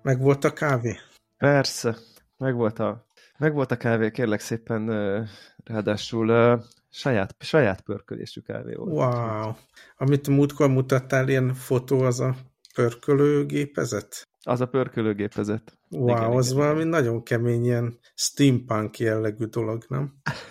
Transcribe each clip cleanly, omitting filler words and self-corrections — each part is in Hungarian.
Meg volt a kávé? Persze, megvolt a kávé, kérlek szépen, ráadásul saját pörkölésű kávé volt. Wow. Amit múltkor mutattál, ilyen fotó, az a pörkölőgépezet? Az a pörkölőgépezet. Wow, az valami nagyon kemény, ilyen steampunk jellegű dolog, nem?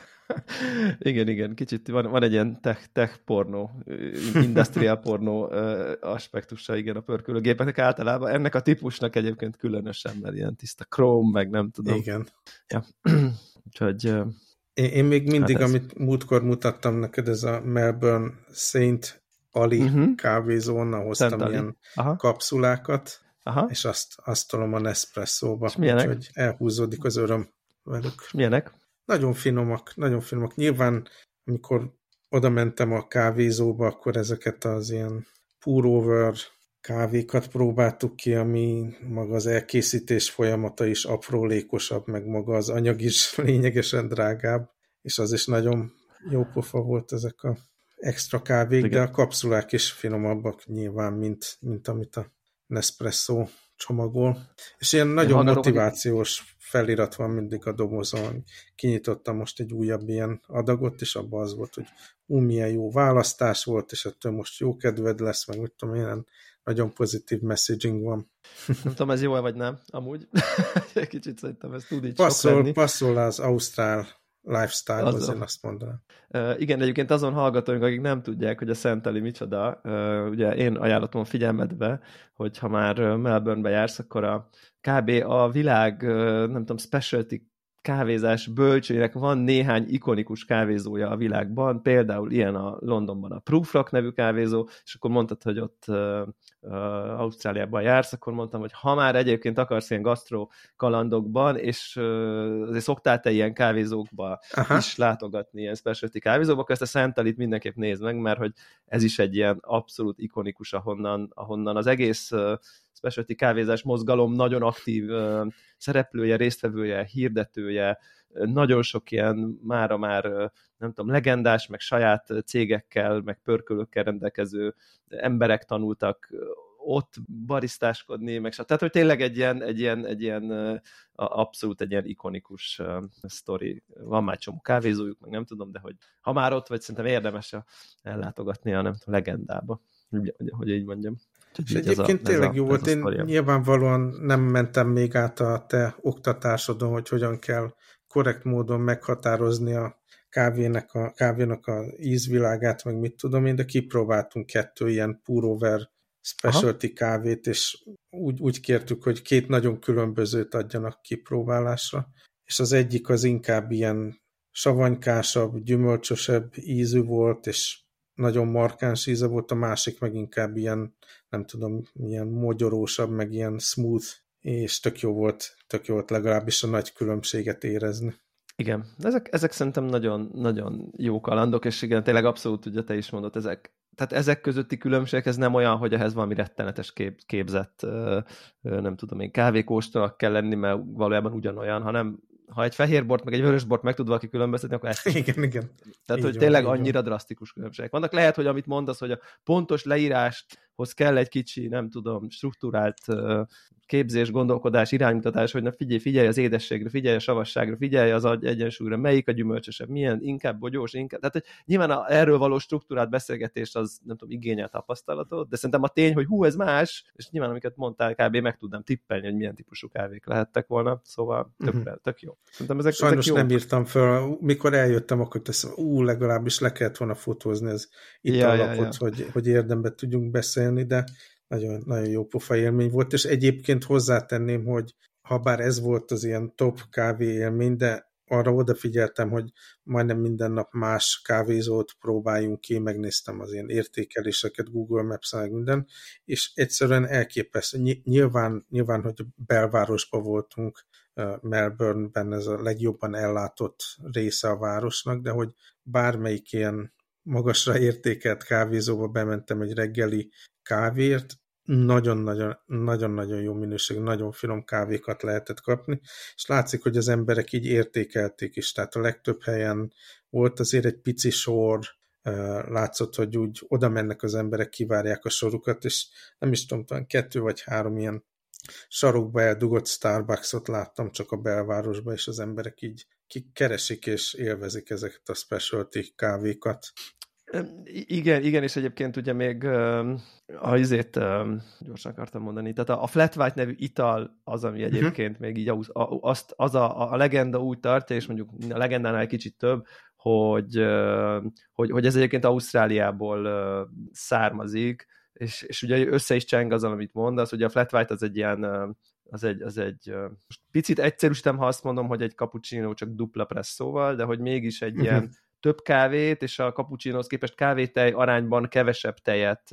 Igen, kicsit van egy ilyen tech pornó, industrial pornó aspektusa, igen, a pörkölőgépeknek általában. Ennek a típusnak egyébként különösen, mert ilyen tiszta chrome, meg nem tudom. Igen. Ja. Úgyhogy... Én még mindig, amit múltkor mutattam neked, ez a Melbourne Saint Ali kávézó, onnan hoztam ilyen kapszulákat, és azt tolom a Nespresso-ba, úgyhogy elhúzódik az öröm velük. És milyenek? Nagyon finomak, nagyon finomak. Nyilván, amikor oda mentem a kávézóba, akkor ezeket az ilyen pour-over kávékat próbáltuk ki, ami maga az elkészítés folyamata is aprólékosabb, meg maga az anyag is lényegesen drágább, és az is nagyon jó pofa volt ezek a extra kávék, de a kapszulák is finomabbak nyilván, mint amit a Nespresso csomagol. És ilyen nagyon motivációs felirat van mindig a dobozon. Kinyitottam most egy újabb ilyen adagot, és abban az volt, hogy milyen jó választás volt, és ettől most jó kedved lesz, meg mit tudom én, nagyon pozitív messaging van. Nem tudom, ez jó-e vagy nem, amúgy. Kicsit szerintem ez tud így passzol az ausztrál lifestyle-hoz, én azt mondanám. Igen, egyébként azon hallgatóink, akik nem tudják, hogy a Saint Ali micsoda, ugye én ajánlottam a figyelmedbe, hogy ha már Melbourne-be jársz, akkor kb. A világ, nem tudom, specialty kávézás bölcsőjének van néhány ikonikus kávézója a világban, például ilyen a Londonban a Prufrock nevű kávézó, és akkor mondtad, hogy ott Ausztráliában jársz, akkor mondtam, hogy ha már egyébként akarsz ilyen gasztró kalandokban, és azért szoktál te ilyen kávézókba is látogatni, ilyen specialty kávézókba, akkor ezt a Saint Alit mindenképp nézd meg, mert hogy ez is egy ilyen abszolút ikonikus, ahonnan az egész specialty kávézás mozgalom nagyon aktív szereplője, résztvevője, hirdetője, nagyon sok ilyen mára már, nem tudom, legendás, meg saját cégekkel, meg pörkölőkkel rendelkező emberek tanultak ott barisztáskodni, meg tehát, hogy tényleg egy ilyen abszolút egy ilyen ikonikus sztori. Van már csomó kávézójuk, meg nem tudom, de hogy ha már ott vagy, szerintem érdemes ellátogatni a nem tudom, legendába, hogy így mondjam. És egyébként tényleg jó volt, én nyilvánvalóan nem mentem még át a te oktatásodon, hogy hogyan kell korrekt módon meghatározni a kávénak a ízvilágát, meg mit tudom én, de kipróbáltunk 2 ilyen pour-over specialty kávét, és úgy kértük, hogy 2 nagyon különbözőt adjanak kipróbálásra, és az egyik az inkább ilyen savanykásabb, gyümölcsösebb ízű volt, és nagyon markáns íze volt, a másik meg inkább ilyen, nem tudom, ilyen mogyorósabb, meg ilyen smooth, és tök jó volt legalábbis a nagy különbséget érezni. Igen, ezek szerintem nagyon, nagyon jó kalandok, és igen, tényleg abszolút, ugye te is mondod, ezek közötti különbség, ez nem olyan, hogy ehhez valami rettenetes képzett, nem tudom én, kávékóstolnak kell lenni, mert valójában ugyanolyan, hanem ha egy fehérbort, meg egy vörösbort meg tud valaki különböztetni, akkor ezt igen. Tehát, hogy tényleg annyira drasztikus különbségek vannak. Lehet, hogy amit mondasz, hogy a pontos leíráshoz kell egy kicsi, nem tudom, struktúrált képzés, gondolkodás, iránymutatás, hogy na figyelj az édességre, figyelj a savasságra, figyelj az agy egyensúlyra, melyik a gyümölcsösebb, milyen, inkább bogyós, inkább. Tehát, hogy nyilván erről való struktúrált beszélgetés az, nem tudom, igényel tapasztalatot, de szerintem a tény, hogy ez más, és nyilván amiket mondtál, kb. Meg tudnám tippelni, hogy milyen típusú kávék lehettek volna, szóval tök jó. Szerintem sajnos ezek nem írtam fel, mikor eljöttem, akkor teszem, legalábbis le kellett volna fotózni ez italapot, hogy érdembe tudjunk beszélni, de nagyon, nagyon jó pofa élmény volt, és egyébként hozzátenném, hogy ha bár ez volt az ilyen top kávé élmény, de arra odafigyeltem, hogy majdnem minden nap más kávézót próbáljunk ki, megnéztem az ilyen értékeléseket, Google Maps-en, meg minden, és egyszerűen elképesztő. Nyilván, hogy belvárosban voltunk, Melbourne-ben ez a legjobban ellátott része a városnak, de hogy bármelyik ilyen magasra értékelt kávézóba bementem egy reggeli kávért, nagyon-nagyon jó minőségű, nagyon finom kávékat lehetett kapni, és látszik, hogy az emberek így értékelték is, tehát a legtöbb helyen volt azért egy pici sor, látszott, hogy úgy oda mennek az emberek, kivárják a sorukat, és nem is tudom, talán 2 vagy 3 ilyen sarokba eldugott Starbucksot láttam csak a belvárosban, és az emberek így keresik és élvezik ezeket a specialty kávékat. Igen, és egyébként ugye még gyorsan akartam mondani, tehát a Flat White nevű ital az, ami egyébként még így a legenda úgy tartja, és mondjuk a legendánál egy kicsit több, hogy ez egyébként Ausztráliából származik, és ugye össze is cseng azzal, amit mondasz, hogy a Flat White az egy ilyen, az egy picit egyszerűsítem, ha azt mondom, hogy egy cappuccino csak dupla presszóval, de hogy mégis egy ilyen több kávét, és a cappuccinóhoz képest kávétej arányban kevesebb tejet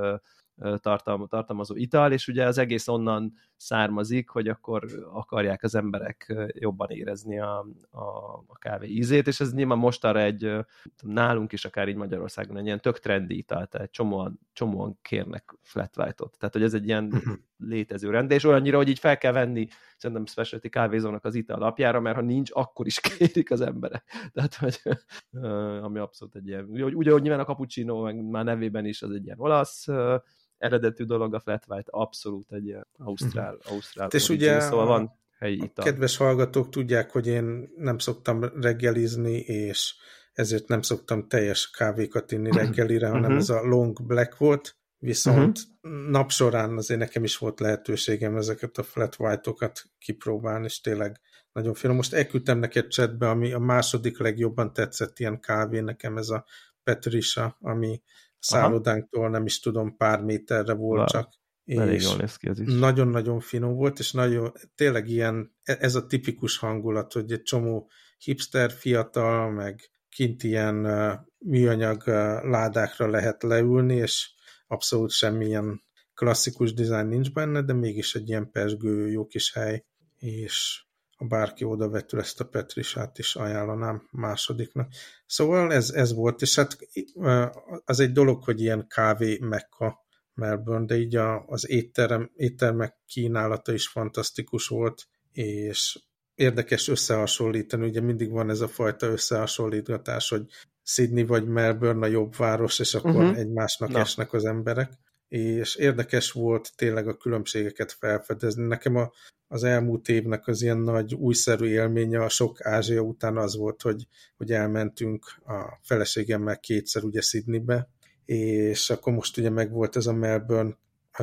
tartalmazó ital, és ugye az egész onnan származik, hogy akkor akarják az emberek jobban érezni a kávé ízét, és ez nyilván mostanra nálunk is akár így Magyarországon egy ilyen tök trendi ital, tehát csomóan kérnek flat white-ot. Tehát, hogy ez egy ilyen létező rend, és olyannyira, hogy így fel kell venni szerintem specialty kávézónak az ital alapjára, mert ha nincs, akkor is kérik az emberek. Tehát, hogy ami abszolút egy ilyen, ugye, hogy nyilván a cappuccino meg már nevében is az egy ilyen olasz eredetű dolog, a flat white abszolút egy ilyen ausztrál és ugye szóval van helyi ital. Kedves hallgatók tudják, hogy én nem szoktam reggelizni, és ezért nem szoktam teljes kávékat inni reggelire, hanem ez a long black volt, viszont nap során azért nekem is volt lehetőségem ezeket a flat white-okat kipróbálni, és tényleg nagyon finom. Most elküldtem neked chatbe, ami a második legjobban tetszett ilyen kávé, nekem ez a Patricia, ami szállodánktól nem is tudom, pár méterre volt csak. Elég jól néz ki ez is. Nagyon-nagyon finom volt, és nagyon, tényleg ilyen, ez a tipikus hangulat, hogy egy csomó hipster fiatal, meg kint ilyen műanyag ládákra lehet leülni, és abszolút semmilyen klasszikus dizájn nincs benne, de mégis egy ilyen pezsgő, jó kis hely, és ha bárki oda vetül, ezt a Petrisát is ajánlanám másodiknak. Szóval ez volt, és hát az egy dolog, hogy ilyen kávé mekka Melbourne, de így az éttermek kínálata is fantasztikus volt, és érdekes összehasonlítani, ugye mindig van ez a fajta összehasonlítgatás, hogy Sydney vagy Melbourne a jobb város, és akkor egymásnak esnek az emberek, és érdekes volt tényleg a különbségeket felfedezni. Nekem az elmúlt évnek az ilyen nagy újszerű élménye a sok Ázsia után az volt, hogy elmentünk a feleségemmel kétszer ugye Sydneybe, és akkor most ugye megvolt ez a Melbourne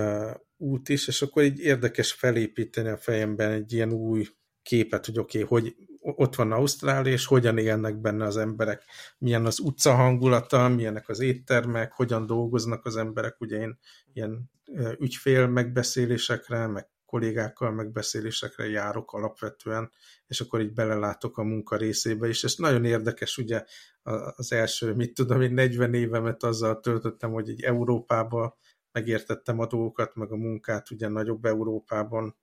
út is, és akkor így érdekes felépíteni a fejemben egy ilyen új képet, hogy oké, hogy ott van Ausztrália, és hogyan élnek benne az emberek, milyen az utca hangulata, milyenek az éttermek, hogyan dolgoznak az emberek, ugye én ilyen ügyfél megbeszélésekre, meg kollégákkal megbeszélésekre járok alapvetően, és akkor így belelátok a munka részébe is, és nagyon érdekes, ugye az első, mit tudom, én 40 évemet azzal töltöttem, hogy így Európában megértettem a dolgokat, meg a munkát, ugye nagyobb Európában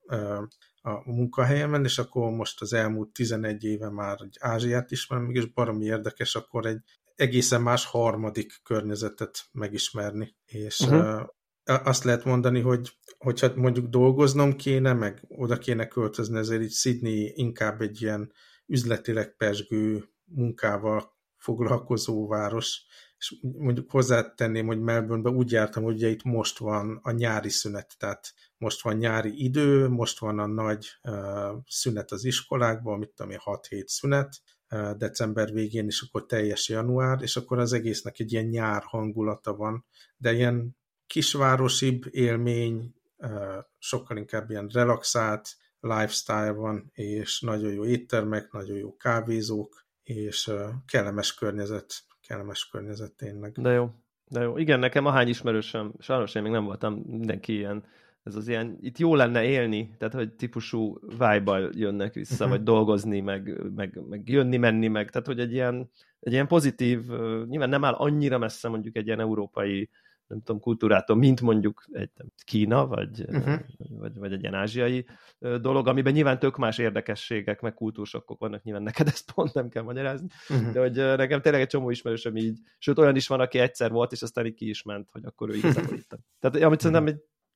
a munkahelyemen, és akkor most az elmúlt 11 éve már egy Ázsiát ismerem, mégis baromi érdekes akkor egy egészen más harmadik környezetet megismerni, és azt lehet mondani, hogyha mondjuk dolgoznom kéne, meg oda kéne költözni, ezért így Sydney inkább egy ilyen üzletileg pezsgő munkával foglalkozó város, és mondjuk hozzátenném, hogy Melbourneben úgy jártam, hogy ugye itt most van a nyári szünet, tehát most van nyári idő, most van a nagy szünet az iskolákban, amit tudom én, 6 hét szünet, december végén, és akkor teljes január, és akkor az egésznek egy ilyen nyár hangulata van, de ilyen kisvárosibb élmény, sokkal inkább ilyen relaxált lifestyle van, és nagyon jó éttermek, nagyon jó kávézók, és kellemes környezet tényleg. De jó. Igen, nekem ahány ismerősöm, sajnos én még nem voltam, mindenki ilyen, ez az ilyen, itt jó lenne élni, tehát hogy típusú vibe-bal jönnek vissza, vagy dolgozni, meg jönni-menni, meg, tehát hogy egy ilyen pozitív, nyilván nem áll annyira messze mondjuk egy ilyen európai, nem tudom, kultúrától, mint mondjuk egy Kína, vagy egy ilyen ázsiai dolog, amiben nyilván tök más érdekességek, meg kultúrsokkok vannak, nyilván neked ezt pont nem kell magyarázni, de hogy nekem tényleg egy csomó ismerősöm így, sőt olyan is van, aki egyszer volt, és aztán így ki is ment, hogy akkor ő igazából itt. Tehát amit szerintem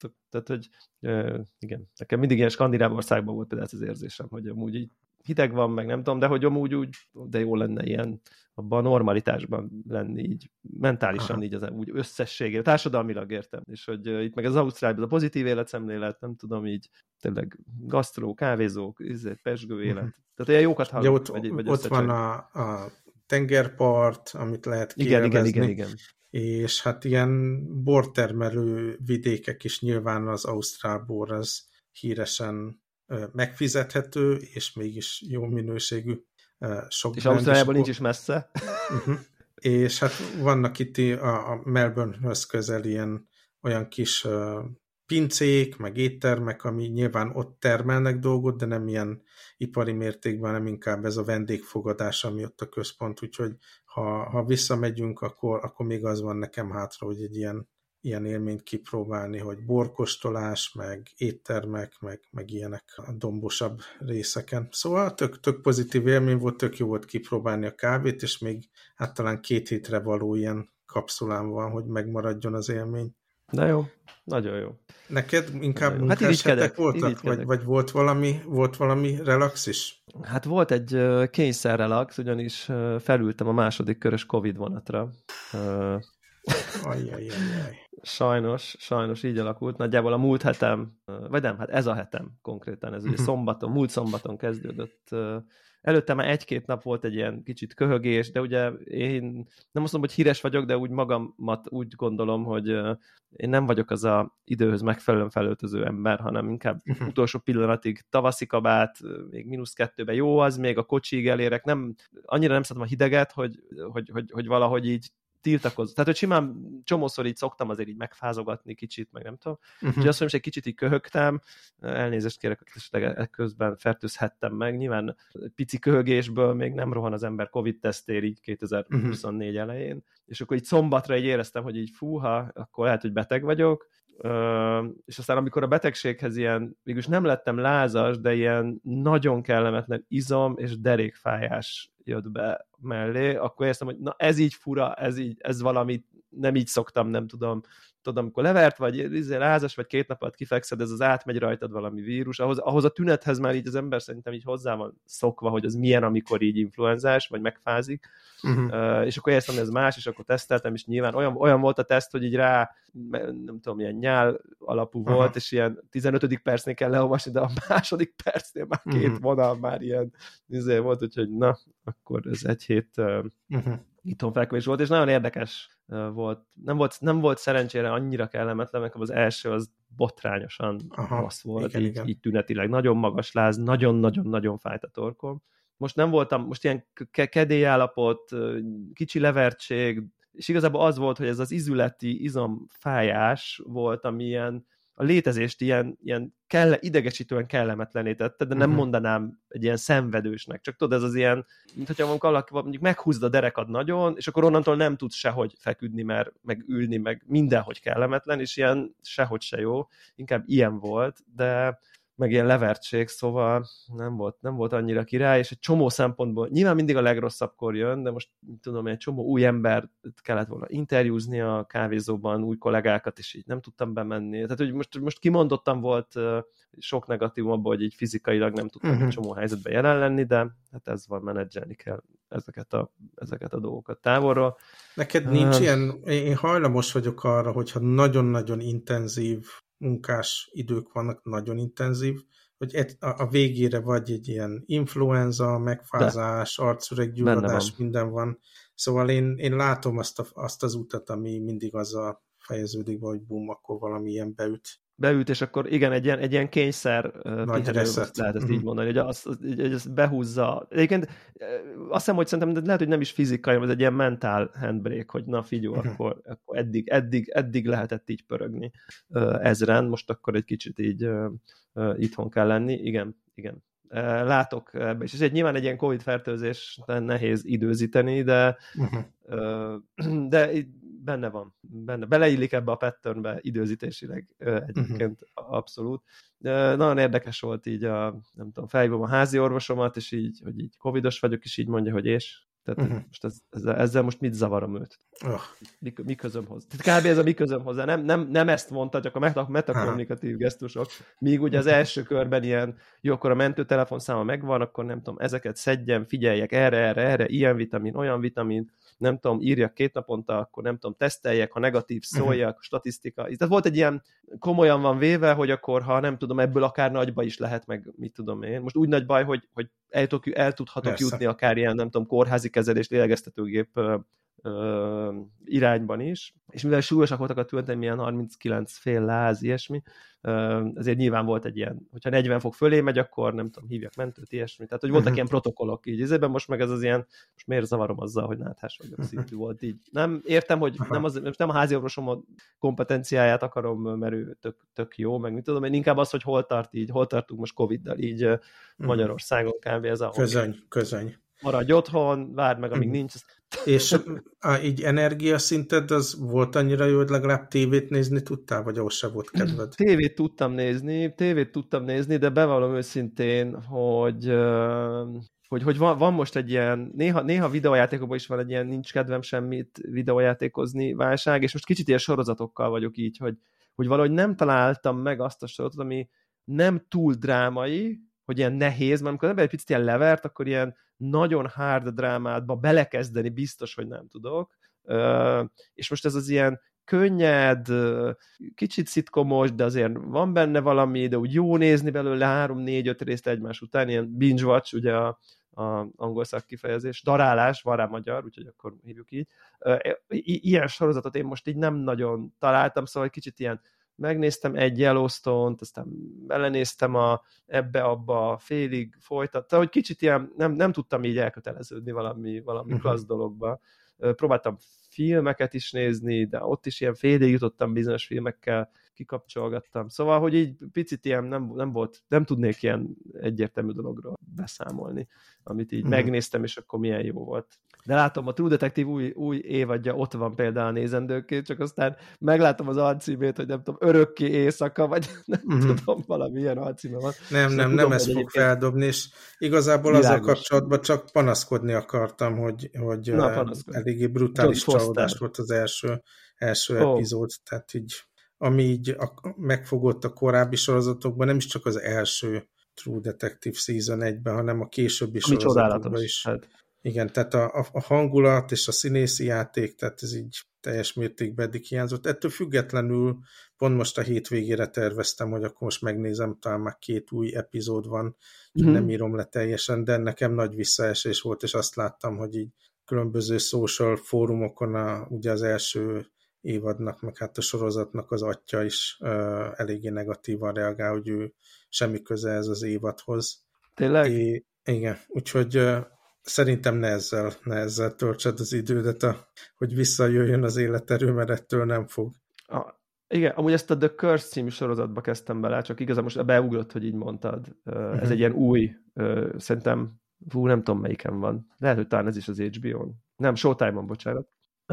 sziasztok. Tehát, hogy igen, nekem mindig ilyen skandináv országban volt például az érzésem, hogy amúgy így hideg van, meg nem tudom, de hogy amúgy úgy, de jó lenne ilyen abban a normalitásban lenni, így mentálisan, így az úgy összességében, társadalmilag értem, és hogy itt meg az Ausztráliában a pozitív életszemlélet, nem tudom, így tényleg gasztró, kávézók, pezsgő élet. Tehát ilyen jókat hallok. Ott van a tengerpart, amit lehet kielvezni. Igen. És hát ilyen bortermelő vidékek is nyilván az ausztrál bor az híresen megfizethető, és mégis jó minőségű sok. És Ausztráliában nincs is messze. És hát vannak itt a Melbournehöz közel ilyen olyan kis pincék, meg éttermek, ami nyilván ott termelnek dolgot, de nem ilyen ipari mértékben, hanem inkább ez a vendégfogadás, ami ott a központ, úgyhogy ha visszamegyünk, akkor még az van nekem hátra, hogy egy ilyen élményt kipróbálni, hogy borkostolás, meg éttermek, meg ilyenek a dombosabb részeken. Szóval tök pozitív élmény volt, tök jó volt kipróbálni a kávét, és még hát talán 2 hétre való ilyen kapszulám van, hogy megmaradjon az élmény. De jó, nagyon jó. Neked inkább munkás hetek voltak? Vagy volt valami relax is? Hát volt egy kényszer relax, ugyanis felültem a második körös Covid vonatra. Ajjajjajjaj. Sajnos így alakult. Nagyjából a múlt hetem, vagy nem, hát ez a hetem konkrétan, ez ugye múlt szombaton kezdődött. Előtte már 1-2 nap volt egy ilyen kicsit köhögés, de ugye én nem azt mondom, hogy híres vagyok, de úgy magamat úgy gondolom, hogy én nem vagyok az a időhöz megfelelően felöltöző ember, hanem inkább utolsó pillanatig tavaszi kabát, még -2-ben jó az, még a kocsig elérek, annyira nem szeretem a hideget, hogy valahogy így tiltakoz. Tehát, hogy simán csomószor így szoktam azért így megfázogatni kicsit, meg nem tudom. Úgyhogy azt mondom, hogy egy kicsit így köhögtem, elnézést kérek, hogy esetleg közben fertőzhettem meg. Nyilván pici köhögésből még nem rohan az ember Covid-tesztér így 2024 elején. És akkor így szombatra így éreztem, hogy így fúha, akkor lehet, hogy beteg vagyok. És aztán amikor a betegséghez ilyen, végülis nem lettem lázas, de ilyen nagyon kellemetlen izom és derékfájás jött be mellé, akkor éreztem, hogy na ez így fura, ez valami, nem így szoktam, nem tudom, amikor levert, vagy lázas, vagy 2 nap alatt kifekszed, ez az átmegy rajtad valami vírus, ahhoz a tünethez már így az ember szerintem így hozzá van szokva, hogy az milyen, amikor így influenzás, vagy megfázik, és akkor éreztem, hogy ez más, és akkor teszteltem, és nyilván olyan volt a teszt, hogy így rá, nem tudom, ilyen nyál alapú volt, és ilyen 15. percnél kell leolvasni, de a második percnél már 2 vonal már ilyen volt, úgyhogy na, akkor ez 1 hét itthonfekvés volt, és nagyon érdekes volt. Nem volt szerencsére annyira kellemetlen, mert az első az botrányosan rossz volt, így tünetileg. Nagyon magas láz, nagyon-nagyon-nagyon fájt a torkom. Most nem voltam, most ilyen kedélyállapot, kicsi levertség, és igazából az volt, hogy ez az izületi izomfájás volt, ami ilyen a létezést ilyen idegesítően kellemetlené tette, de nem mondanám egy ilyen szenvedősnek. Csak tudod, ez az ilyen, mint hogyha valaki mondjuk meghúzd a derekad nagyon, és akkor onnantól nem tudsz sehogy feküdni, meg ülni, meg mindenhogy kellemetlen, és ilyen sehogy se jó. Inkább ilyen volt, de meg ilyen levertség, szóval nem volt annyira király, és egy csomó szempontból, nyilván mindig a legrosszabbkor jön, de most tudom, egy csomó új ember kellett volna interjúzni a kávézóban, új kollégákat, és így nem tudtam bemenni. Tehát, hogy most kimondottan volt sok negatívum abban, hogy így fizikailag nem tudtam egy csomó helyzetben jelen lenni, de hát ez van, menedzselni kell ezeket a dolgokat távolról. Neked nincs ilyen, én hajlamos vagyok arra, hogyha nagyon-nagyon intenzív munkás idők vannak, nagyon intenzív, hogy a végére vagy egy ilyen influenza, megfázás, arcüreggyulladás, minden van. Szóval én látom azt az utat, ami mindig azzal fejeződik, hogy bum, akkor valami ilyen beüt, és akkor igen, egy ilyen kényszer pihenő, lehet ezt így mondani, hogy azt behúzza. Egyébként azt hiszem, hogy szerintem lehet, hogy nem is fizikai, hanem ez egy ilyen mentál handbrake, hogy na figyelj, akkor eddig lehetett így pörögni ezren, most akkor egy kicsit így itthon kell lenni. Igen. Látok ebbe is. És nyilván egy ilyen Covid-fertőzés nehéz időzíteni, de benne van. Beleillik ebbe a patternbe időzítésileg egyébként abszolút. Nagyon érdekes volt így nem tudom, felhívom a házi orvosomat, és így, hogy így covidos vagyok, és így mondja, hogy és Tehát most ezzel most mit zavarom őt? Mi közöm hozzá? Tehát kb. Ez a mi közöm hozzá. Nem ezt mondta, csak a metakommunikatív gesztusok. Míg ugye az első körben ilyen, jó, akkor a mentőtelefonszáma megvan, akkor nem tudom, ezeket szedjem, figyeljek erre, ilyen vitamin, olyan vitamin, nem tudom, írjak 2 naponta, akkor nem tudom, teszteljek, ha negatív, szóljak, statisztika. Tehát volt egy ilyen, komolyan van véve, hogy akkor, ha nem tudom, ebből akár nagyba is lehet, meg mit tudom én. Most úgy nagy baj, hogy el tudhatok jutni akár ilyen, nem tudom, kórházi kezelés, lélegeztetőgép irányban is, és mivel súlyosak voltak a tüneteim, ilyen 39 fél láz, ilyesmi, ezért nyilván volt egy ilyen, hogyha 40 fok fölé megy, akkor nem tudom, hívjak mentőt, ilyesmi. Tehát, hogy voltak ilyen protokollok így. Ezért most meg ez az ilyen, most miért zavarom azzal, hogy náthás vagyok szintű volt így. Nem értem, hogy nem a házi orvosom kompetenciáját akarom, mert ő tök jó, meg mit tudom én, inkább az, hogy hol tartunk most Covid-dal így Magyarországon kb. Ez a... Közöny. Maradj otthon, várd meg, amíg nincs. És így energiaszinted az volt annyira jó, hogy legalább tévét nézni tudtál, vagy ahhoz se volt kedved? Tévét tudtam nézni, de bevallom őszintén, hogy van most egy ilyen, néha videójátékokban is van egy ilyen nincs kedvem semmit videójátékozni válság, és most kicsit ilyen sorozatokkal vagyok így, hogy valahogy nem találtam meg azt a sorozatot, ami nem túl drámai, hogy ilyen nehéz, mert amikor egy picit ilyen levert, akkor ilyen nagyon hard drámátba belekezdeni biztos, hogy nem tudok. És most ez az ilyen könnyed, kicsit szitkomos, de azért van benne valami, de úgy jó nézni belőle 3-4-5 részt egymás után, ilyen binge watch, ugye a angol szakkifejezés, darálás, van rá magyar, úgyhogy akkor hívjuk így. Ilyen sorozatot én most így nem nagyon találtam, szóval egy kicsit ilyen megnéztem egy Yellowstone-t, aztán belenéztem ebbe-abba félig folytatta, hogy kicsit ilyen nem tudtam így elköteleződni valami klassz dologba. Próbáltam filmeket is nézni, de ott is ilyen félig jutottam bizonyos filmekkel, kikapcsolgattam. Szóval, hogy így picit ilyen nem tudnék ilyen egyértelmű dologról beszámolni, amit így megnéztem, és akkor milyen jó volt. De látom, a True Detective új évadja ott van például nézendőként, csak aztán meglátom az alcímét, hogy nem tudom, örökké éjszaka, vagy nem tudom, valami ilyen alcíme van. Nem ezt fog feldobni, és igazából azzal kapcsolatban csak panaszkodni akartam, hogy eléggé brutális csalódás volt az első epizód, tehát így ami így megfogott a korábbi sorozatokban, nem is csak az első True Detective Season 1-ben, hanem a későbbi sorozatokban is. Hát. Igen, tehát a hangulat és a színészi játék, tehát ez így teljes mértékben eddig hiányzott. Ettől függetlenül pont most a hétvégére terveztem, hogy akkor most megnézem, talán már 2 új epizód van, nem írom le teljesen, de nekem nagy visszaesés volt, és azt láttam, hogy így különböző social fórumokon ugye az első évadnak, meg hát a sorozatnak az atya is eléggé negatívan reagál, hogy ő semmi köze ez az évadhoz. Tényleg? Igen, úgyhogy szerintem ne ezzel töltsed az idődet, hogy visszajöjjön az életerő, mert ettől nem fog. Igen, amúgy ezt a The Curse című sorozatba kezdtem bele, csak igazán most beugrott, hogy így mondtad. Ez egy ilyen új, szerintem, nem tudom melyiken van. Lehet, hogy talán ez is az HBO-n. Nem, Showtime-on, bocsánat.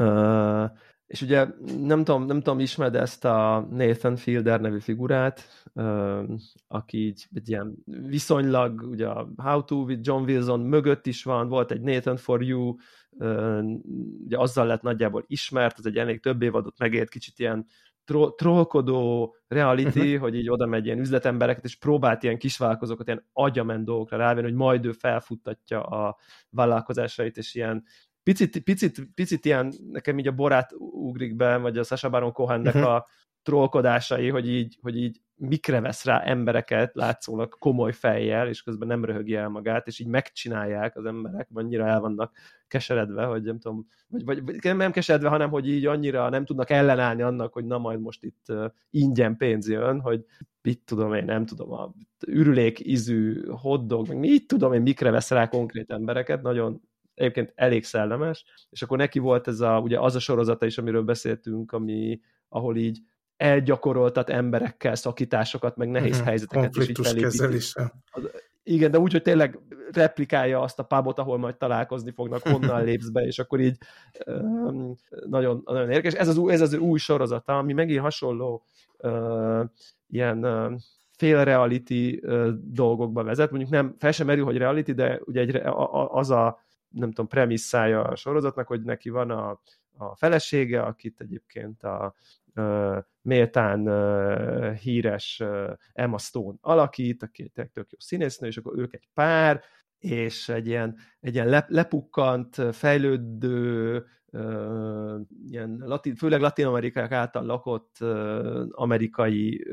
És ugye nem tudom, ismered ezt a Nathan Fielder nevű figurát, aki így egy ilyen viszonylag, ugye a How to with John Wilson mögött is van, volt egy Nathan for You, ugye azzal lett nagyjából ismert, az egy elég több évadot megért, kicsit ilyen trollkodó reality, hogy így oda megy ilyen üzletembereket, és próbált ilyen kisvállalkozókat ilyen agyament dolgokra rávenni, hogy majd ő felfuttatja a vállalkozásait, és ilyen picit ilyen, nekem így a Borát ugrik be, vagy a Sacha Baron Cohennek a trollkodásai, hogy így mikre vesz rá embereket látszólag komoly fejjel, és közben nem röhögi el magát, és így megcsinálják az emberek, annyira el vannak keseredve, hogy nem tudom, vagy nem keseredve, hanem hogy így annyira nem tudnak ellenállni annak, hogy na majd most itt ingyen pénz jön, hogy mit tudom én, nem tudom, a ürülék ízű hotdog, meg mit tudom én, mikre vesz rá konkrét embereket, nagyon egyébként elég szellemes, és akkor neki volt ugye az a sorozata is, amiről beszéltünk, ahol így elgyakoroltat emberekkel szakításokat, meg nehéz helyzeteket is így felépíti. Igen, de úgy, hogy tényleg replikálja azt a pubot, ahol majd találkozni fognak, honnan lépsz be, és akkor így nagyon, nagyon érdekes. Ez az új sorozata, ami megint hasonló ilyen fél reality dolgokba vezet. Mondjuk nem, fel sem merül, hogy reality, de ugye az a nem tudom, premisszája a sorozatnak, hogy neki van a felesége, akit egyébként a méltán híres Emma Stone alakít, aki egy tök jó színésznő, és akkor ők egy pár, és egy ilyen lepukkant, fejlődő, főleg Latin-Amerikák által lakott amerikai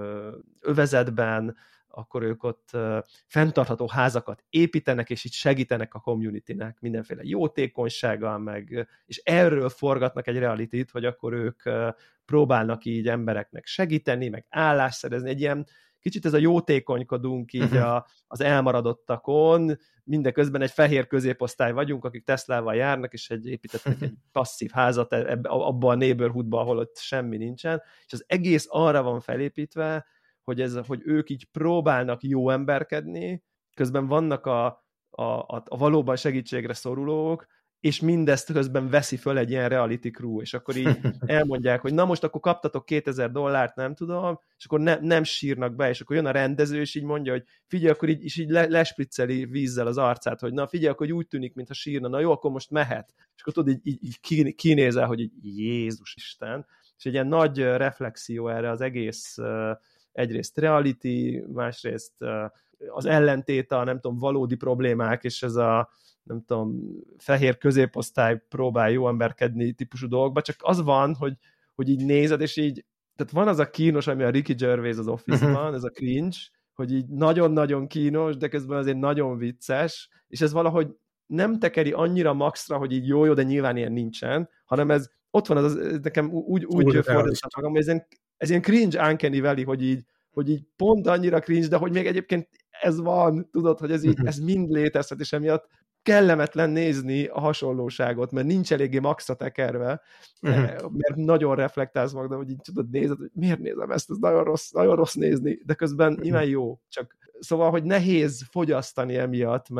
övezetben, akkor ők ott fenntartható házakat építenek, és így segítenek a communitynek mindenféle jótékonysággal, és erről forgatnak egy realityt, hogy akkor ők próbálnak így embereknek segíteni, meg állást szerezni, egy ilyen kicsit ez a jótékonykodunk így az elmaradottakon, mindeközben egy fehér középosztály vagyunk, akik Teslával járnak, és építettek egy passzív házat abban a neighborhoodban, ahol ott semmi nincsen, és az egész arra van felépítve, hogy ők így próbálnak jó emberkedni, közben vannak a valóban segítségre szorulók, és mindezt közben veszi föl egy ilyen reality crew, és akkor így elmondják, hogy na most akkor kaptatok $2000, nem tudom, és akkor nem sírnak be, és akkor jön a rendező, és így mondja, hogy figyelj, akkor így lespricceli vízzel az arcát, hogy na figyelj, akkor úgy tűnik, mintha sírna, na jó, akkor most mehet. És akkor tudod, így kinézel, hogy így Jézus Isten, és egy ilyen nagy reflexió erre az egész egyrészt reality, másrészt az ellentéte, nem tudom, valódi problémák, és ez a nem tudom, fehér középosztály próbál jó emberkedni típusú dolgokba, csak az van, hogy így nézed, és így, tehát van az a kínos, ami a Ricky Gervais az Office-ban, ez a cringe, hogy így nagyon-nagyon kínos, de közben azért nagyon vicces, és ez valahogy nem tekeri annyira maxra, hogy így jó, de nyilván ilyen nincsen, hanem ez ott van, ez nekem úgy fordítottam magam, hogy ez ilyen cringe uncanny valley, hogy így pont annyira cringe, de hogy még egyébként ez van, tudod, hogy ez mind létezhet, és emiatt kellemetlen nézni a hasonlóságot, mert nincs eléggé maxra tekerve, mert nagyon reflektálsz magad, hogy így tudod, nézed, hogy miért nézem ezt, ez nagyon rossz nézni, de közben nyilván jó, csak szóval, hogy nehéz fogyasztani emiatt,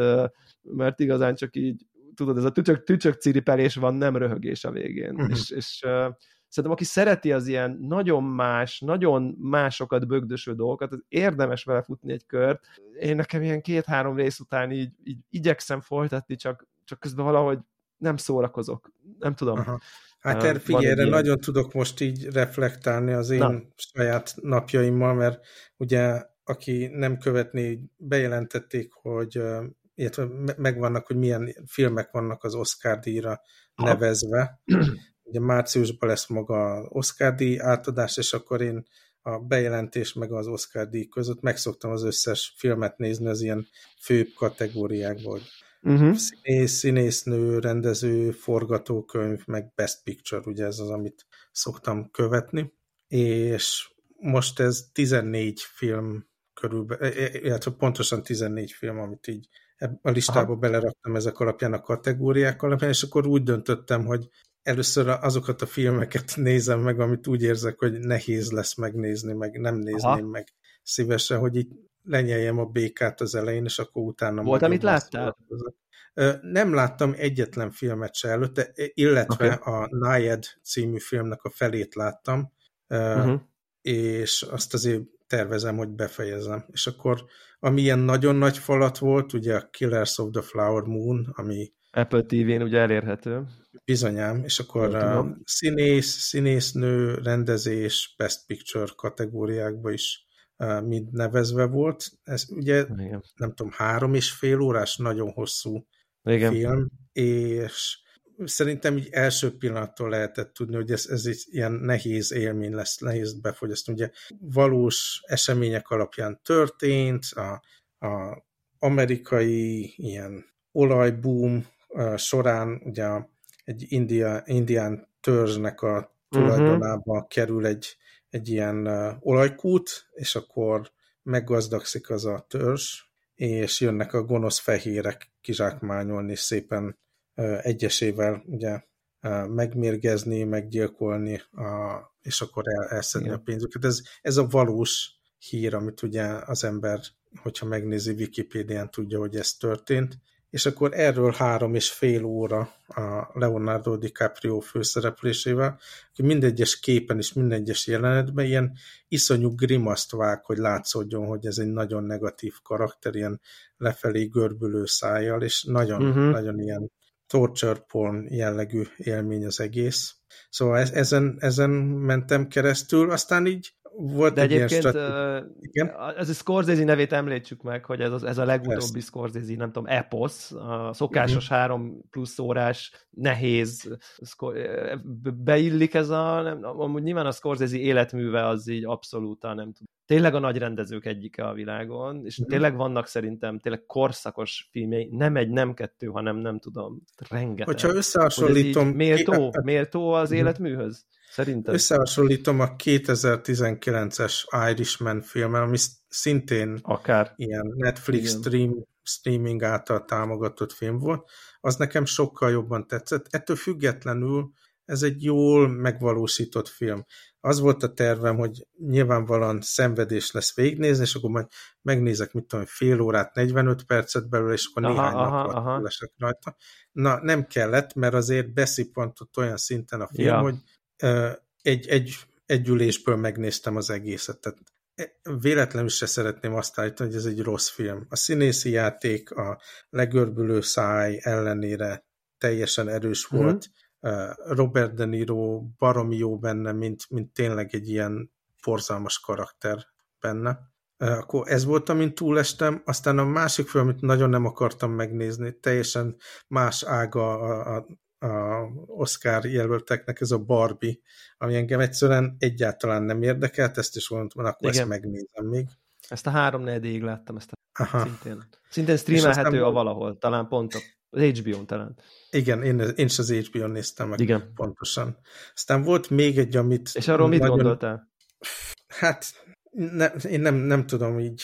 mert igazán csak így, tudod, ez a tücsök ciripelés van, nem röhögés a végén, és szerintem, aki szereti az ilyen nagyon másokat bögdöső dolgokat, az érdemes vele futni egy kört. Én nekem ilyen 2-3 rész után így igyekszem folytatni, csak közben valahogy nem szórakozok. Nem tudom. Aha. Hát figyelj, erre nagyon tudok most így reflektálni az én saját napjaimmal, mert ugye aki nem követné, bejelentették, hogy illetve megvannak, hogy milyen filmek vannak az Oscar-díjra nevezve. Ugye márciusban lesz maga az Oscar-díj átadás, és akkor én a bejelentés meg az Oscar-díj között megszoktam az összes filmet nézni az ilyen főbb kategóriákból. Színésznő, rendező, forgatókönyv, meg Best Picture, ugye ez az, amit szoktam követni. És most ez 14 film körülbelül, illetve pontosan 14 film, amit így a listába beleraktam ezek alapján, a kategóriák alapján, és akkor úgy döntöttem, hogy először azokat a filmeket nézem meg, amit úgy érzek, hogy nehéz lesz megnézni, meg nem nézném meg szívesen, hogy így lenyeljem a békát az elején, és akkor utána... Volt, amit láttál? Nem láttam egyetlen filmet se előtte, illetve a Naiad című filmnek a felét láttam, és azt azért tervezem, hogy befejezem. És akkor, ami ilyen nagyon nagy falat volt, ugye a Killers of the Flower Moon, ami Apple TV-n ugye elérhető. Bizonyám, és akkor színésznő, rendezés, Best Picture kategóriákba is mind nevezve volt. Ez ugye, nem tudom, 3,5 órás, nagyon hosszú film, és szerintem így első pillanattól lehetett tudni, hogy ez egy ilyen nehéz élmény lesz, nehéz befogyasztani. Ugye valós események alapján történt, a amerikai ilyen olajboom során ugye egy indián törzsnek a tulajdonába kerül egy ilyen olajkút, és akkor meggazdagszik az a törzs, és jönnek a gonosz fehérek kizsákmányolni, és szépen egyesével ugye megmérgezni, meggyilkolni, és akkor elszedni a pénzüket. Ez a valós hír, amit ugye az ember, hogyha megnézi Wikipédián, tudja, hogy ez történt, és akkor erről 3,5 óra a Leonardo DiCaprio főszereplésével, hogy mindegyes képen és mindegyes jelenetben ilyen iszonyú grimaszt vág, hogy látszódjon, hogy ez egy nagyon negatív karakter, ilyen lefelé görbülő szájjal, és nagyon ilyen torture porn jellegű élmény az egész. Szóval ezen mentem keresztül, aztán így volt. De egyébként ez a Scorsese nevét említsük meg, hogy ez a legutóbbi Scorsese, nem tudom, epos, a szokásos 3+ órás, nehéz, beillik ez amúgy nyilván a Scorsese életműve az így abszolút, nem tudom. Tényleg a nagy rendezők egyike a világon, és tényleg vannak szerintem tényleg korszakos filmjei, nem egy, nem kettő, hanem nem tudom, rengeteg. Hogyha összehasonlítom... Méltó az életműhöz? Szerintem. Összehasonlítom a 2019-es Irishman filmmel, ami szintén ilyen Netflix streaming által támogatott film volt, az nekem sokkal jobban tetszett. Ettől függetlenül ez egy jól megvalósított film. Az volt a tervem, hogy nyilvánvalóan szenvedés lesz végignézni, és akkor majd megnézek, mit tudom, fél órát, 45 percet belőle, és akkor néhány napot lesek rajta. Na, nem kellett, mert azért beszippantott olyan szinten a film, hogy egy ülésből megnéztem az egészet. Tehát véletlenül se szeretném azt állítani, hogy ez egy rossz film. A színészi játék a legörbülő száj ellenére teljesen erős volt. Robert De Niro baromi jó benne, mint tényleg egy ilyen borzalmas karakter benne. Akkor ez volt, amint túlestem. Aztán a másik film, amit nagyon nem akartam megnézni, teljesen más ága a Oscar jelölteknek, ez a Barbie, ami engem egyszerűen egyáltalán nem érdekelt, ezt is mondtam, akkor ezt megnézem még. Ezt a 3/4-ig láttam, ezt szintén streamelhető a valahol, talán pont az HBO-n talán. Igen, én is az HBO-n néztem meg pontosan. Aztán volt még egy, amit... És arról mit gondoltál? Hát, én nem tudom így.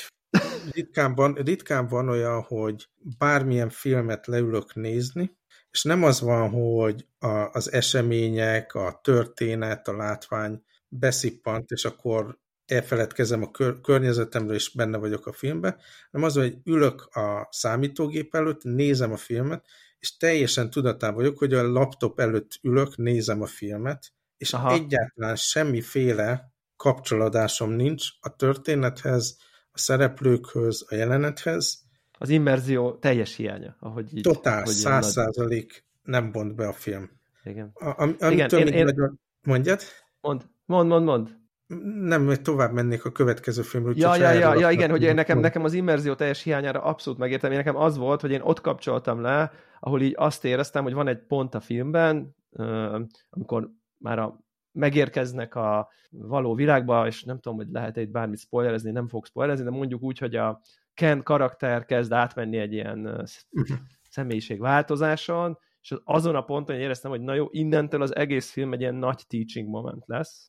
Ritkán van olyan, hogy bármilyen filmet leülök nézni, és nem az van, hogy az események, a történet, a látvány beszippant, és akkor elfeledkezem a környezetemről, és benne vagyok a filmben, hanem az, hogy ülök a számítógép előtt, nézem a filmet, és teljesen tudatában vagyok, hogy a laptop előtt ülök, nézem a filmet, és egyáltalán semmiféle kapcsolódásom nincs a történethez, a szereplőkhöz, a jelenethez. Az immerzió teljes hiánya, ahogy így. Totál, 100% nem bont be a film. Igen. Mondjad? Mond. Nem, hogy tovább mennék a következő filmről. Igen, hogy nekem az immerzió teljes hiányára abszolút megértem. Én nekem az volt, hogy én ott kapcsoltam le, ahol így azt éreztem, hogy van egy pont a filmben, amikor már megérkeznek a való világba, és nem tudom, hogy lehet itt bármit spoilerezni, nem fogok spoilerezni, de mondjuk úgy, hogy a Ken karakter kezd átmenni egy ilyen személyiségváltozáson, és azon a ponton éreztem, hogy na jó, innentől az egész film egy ilyen nagy teaching moment lesz,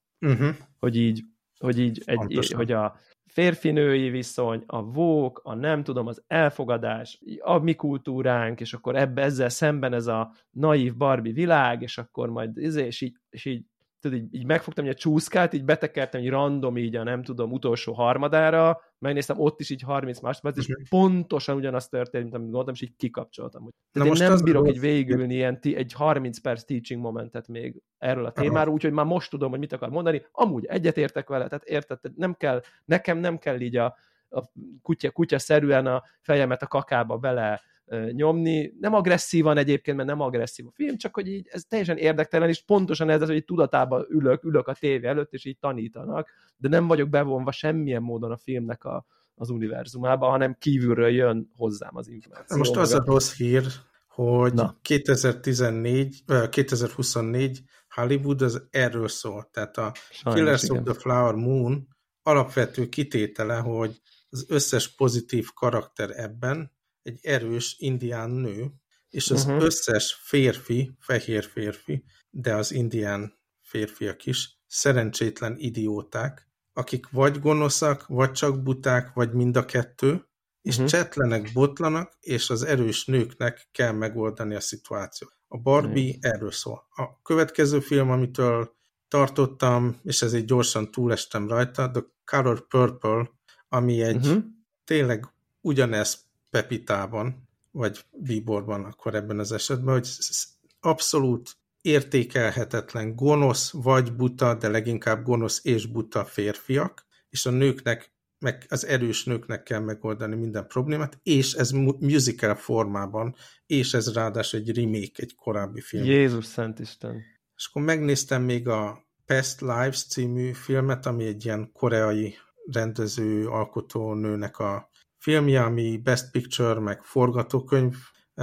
hogy a férfi-női viszony, a woke, a nem tudom, az elfogadás, a mi kultúránk, és akkor ezzel szemben ez a naív Barbie világ, és akkor majd és így megfogtam egy csúszkát, így betekertem egy random így a nem tudom, utolsó harmadára, megnéztem ott is így 30 másodperc, és pontosan ugyanazt történt, mint amit gondoltam, és így kikapcsoltam. Tehát én nem bírok így végülni ilyen egy 30 perc teaching momentet még erről a témáról, úgyhogy már most tudom, hogy mit akar mondani. Amúgy egyetértek vele, tehát érted, nekem nem kell így a kutya-szerűen a fejemet a kakába bele nyomni. Nem agresszívan egyébként, mert nem agresszív a film, csak hogy így ez teljesen érdektelen, és pontosan ez az, hogy tudatában ülök a tévé előtt, és így tanítanak, de nem vagyok bevonva semmilyen módon a filmnek az univerzumába, hanem kívülről jön hozzám az információ. Most az a rossz hír, hogy 2024 Hollywood az erről szól. Tehát a Killers of the Flower Moon alapvető kitétele, hogy az összes pozitív karakter ebben egy erős indián nő, és az összes férfi, fehér férfi, de az indián férfiak is szerencsétlen idióták, akik vagy gonoszak, vagy csak buták, vagy mind a kettő, és csetlenek, botlanak, és az erős nőknek kell megoldani a szituációt. A Barbie erről szól. A következő film, amitől tartottam, és ezért gyorsan túlestem rajta, The Color Purple, ami egy tényleg ugyanez Pepitában, vagy bíborban akkor ebben az esetben, hogy abszolút értékelhetetlen gonosz vagy buta, de leginkább gonosz és buta férfiak, és a nőknek, meg az erős nőknek kell megoldani minden problémát, és ez musical formában, és ez ráadásul egy remake, egy korábbi film. Jézus Szentisten! És akkor megnéztem még a Past Lives című filmet, ami egy ilyen koreai rendező, alkotónőnek a filmje, ami Best Picture, meg forgatókönyv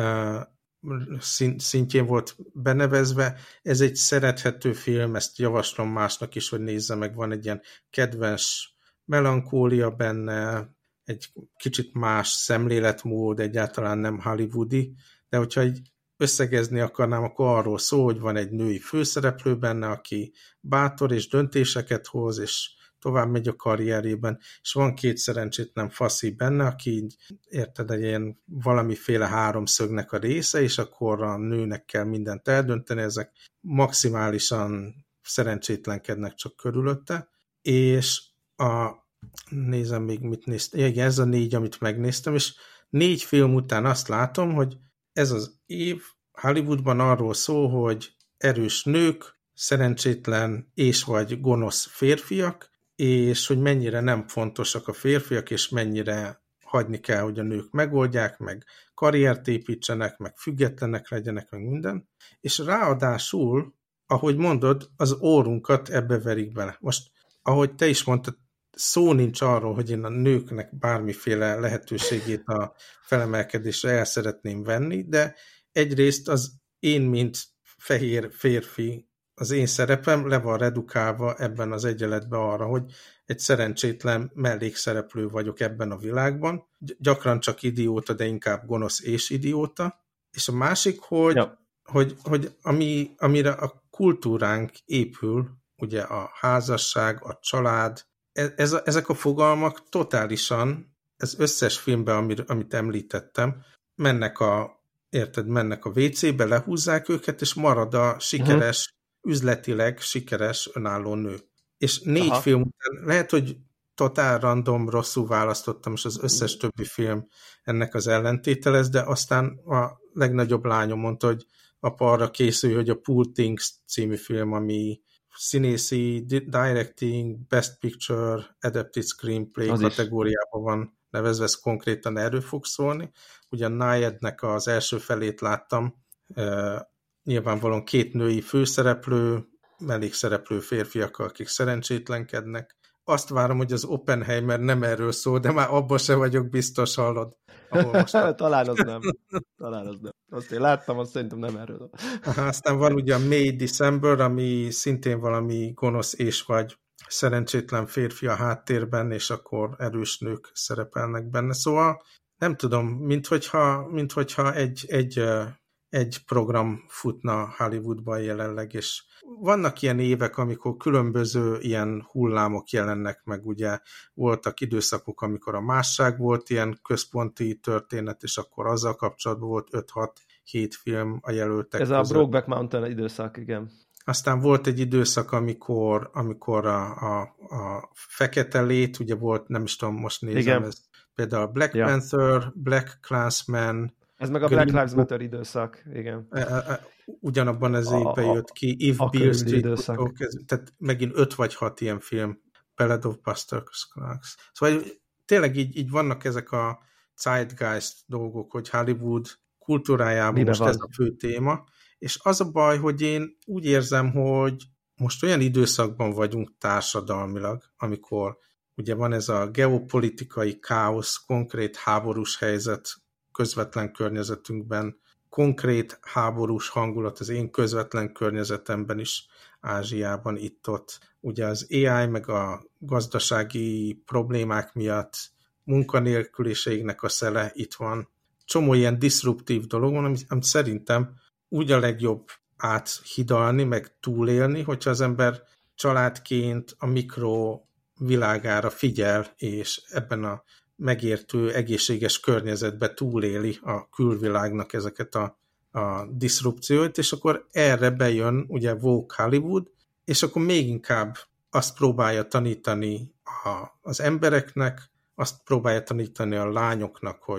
szintjén volt benevezve. Ez egy szerethető film, ezt javaslom másnak is, hogy nézze meg, van egy ilyen kedves melankólia benne, egy kicsit más szemléletmód, egyáltalán nem hollywoodi, de hogyha egy összegezni akarnám, akkor arról szól, hogy van egy női főszereplő benne, aki bátor és döntéseket hoz, és tovább megy a karrierjében, és van két szerencsétlen faszi benne, aki, érted, egy ilyen valamiféle háromszögnek a része, és akkor a nőnek kell mindent eldönteni, ezek maximálisan szerencsétlenkednek csak körülötte, és nézem még, mit néztem. Igen, ez a 4, amit megnéztem, és 4 film után azt látom, hogy ez az év Hollywoodban arról szól, hogy erős nők, szerencsétlen és vagy gonosz férfiak, és hogy mennyire nem fontosak a férfiak, és mennyire hagyni kell, hogy a nők megoldják, meg karriert építsenek, meg függetlenek legyenek, meg minden. És ráadásul, ahogy mondod, az órunkat ebbe verik bele. Most, ahogy te is mondtad, szó nincs arról, hogy én a nőknek bármiféle lehetőségét a felemelkedésre el szeretném venni, de egyrészt az én, mint fehér férfi, az én szerepem le van redukálva ebben az egyenletben arra, hogy egy szerencsétlen mellékszereplő vagyok ebben a világban. Gyakran csak idióta, de inkább gonosz és idióta. És a másik, hogy amire a kultúránk épül, ugye a házasság, a család, ezek a fogalmak totálisan, ez összes filmben, amit említettem, mennek a WC-be, lehúzzák őket, és marad a sikeres, üzletileg sikeres önálló nő. És 4 film után, lehet, hogy totál random, rosszul választottam, és az összes többi film ennek az ellentéte lesz, de aztán a legnagyobb lányom mondta, hogy apa arra készül, hogy a Poor Things című film, ami színészi, directing, best picture, adapted screenplay kategóriában van nevezve, ez konkrétan erről fog szólni. Ugye a Nayadnek az első felét láttam, nyilvánvalóan 2 női főszereplő, mellékszereplő férfiak, akik szerencsétlenkednek. Azt várom, hogy az Oppenheimer nem erről szól, de már abban se vagyok biztos, hallod. Talán az nem. Azt én láttam, azt szerintem nem erről. Aztán van ugye a May December, ami szintén valami gonosz és vagy szerencsétlen férfi a háttérben, és akkor erős nők szerepelnek benne. Szóval nem tudom, minthogyha egy program futna Hollywoodban jelenleg, és vannak ilyen évek, amikor különböző ilyen hullámok jelennek meg, ugye voltak időszakok, amikor a Másság volt ilyen központi történet, és akkor azzal kapcsolatban volt 5-6-7 film a jelöltek között. Ez a Brokeback Mountain időszak, igen. Aztán volt egy időszak, amikor a Fekete Lét, ugye volt, nem is tudom, most nézem, ez például Black Panther, Black Klansman. Ez meg a Black Lives Matter időszak, igen. Ugyanabban az évben jött ki, If Beale Street, tehát megint 5 vagy 6 ilyen film, Ballad of Buster Scruggs. Szóval tényleg így vannak ezek a zeitgeist dolgok, hogy Hollywood kultúrájában most ez a fő téma, és az a baj, hogy én úgy érzem, hogy most olyan időszakban vagyunk társadalmilag, amikor ugye van ez a geopolitikai káosz, konkrét háborús helyzet közvetlen környezetünkben, konkrét háborús hangulat az én közvetlen környezetemben is, Ázsiában, itt-ott. Ugye az AI meg a gazdasági problémák miatt munkanélküliségnek a szele itt van. Csomó ilyen diszruptív dolog van, amit szerintem úgy a legjobb áthidalni, meg túlélni, hogyha az ember családként a mikro világára figyel, és ebben a megértő, egészséges környezetbe túléli a külvilágnak ezeket a diszrupcióit, és akkor erre bejön ugye woke Hollywood, és akkor még inkább azt próbálja tanítani az embereknek, azt próbálja tanítani a lányoknak, hogy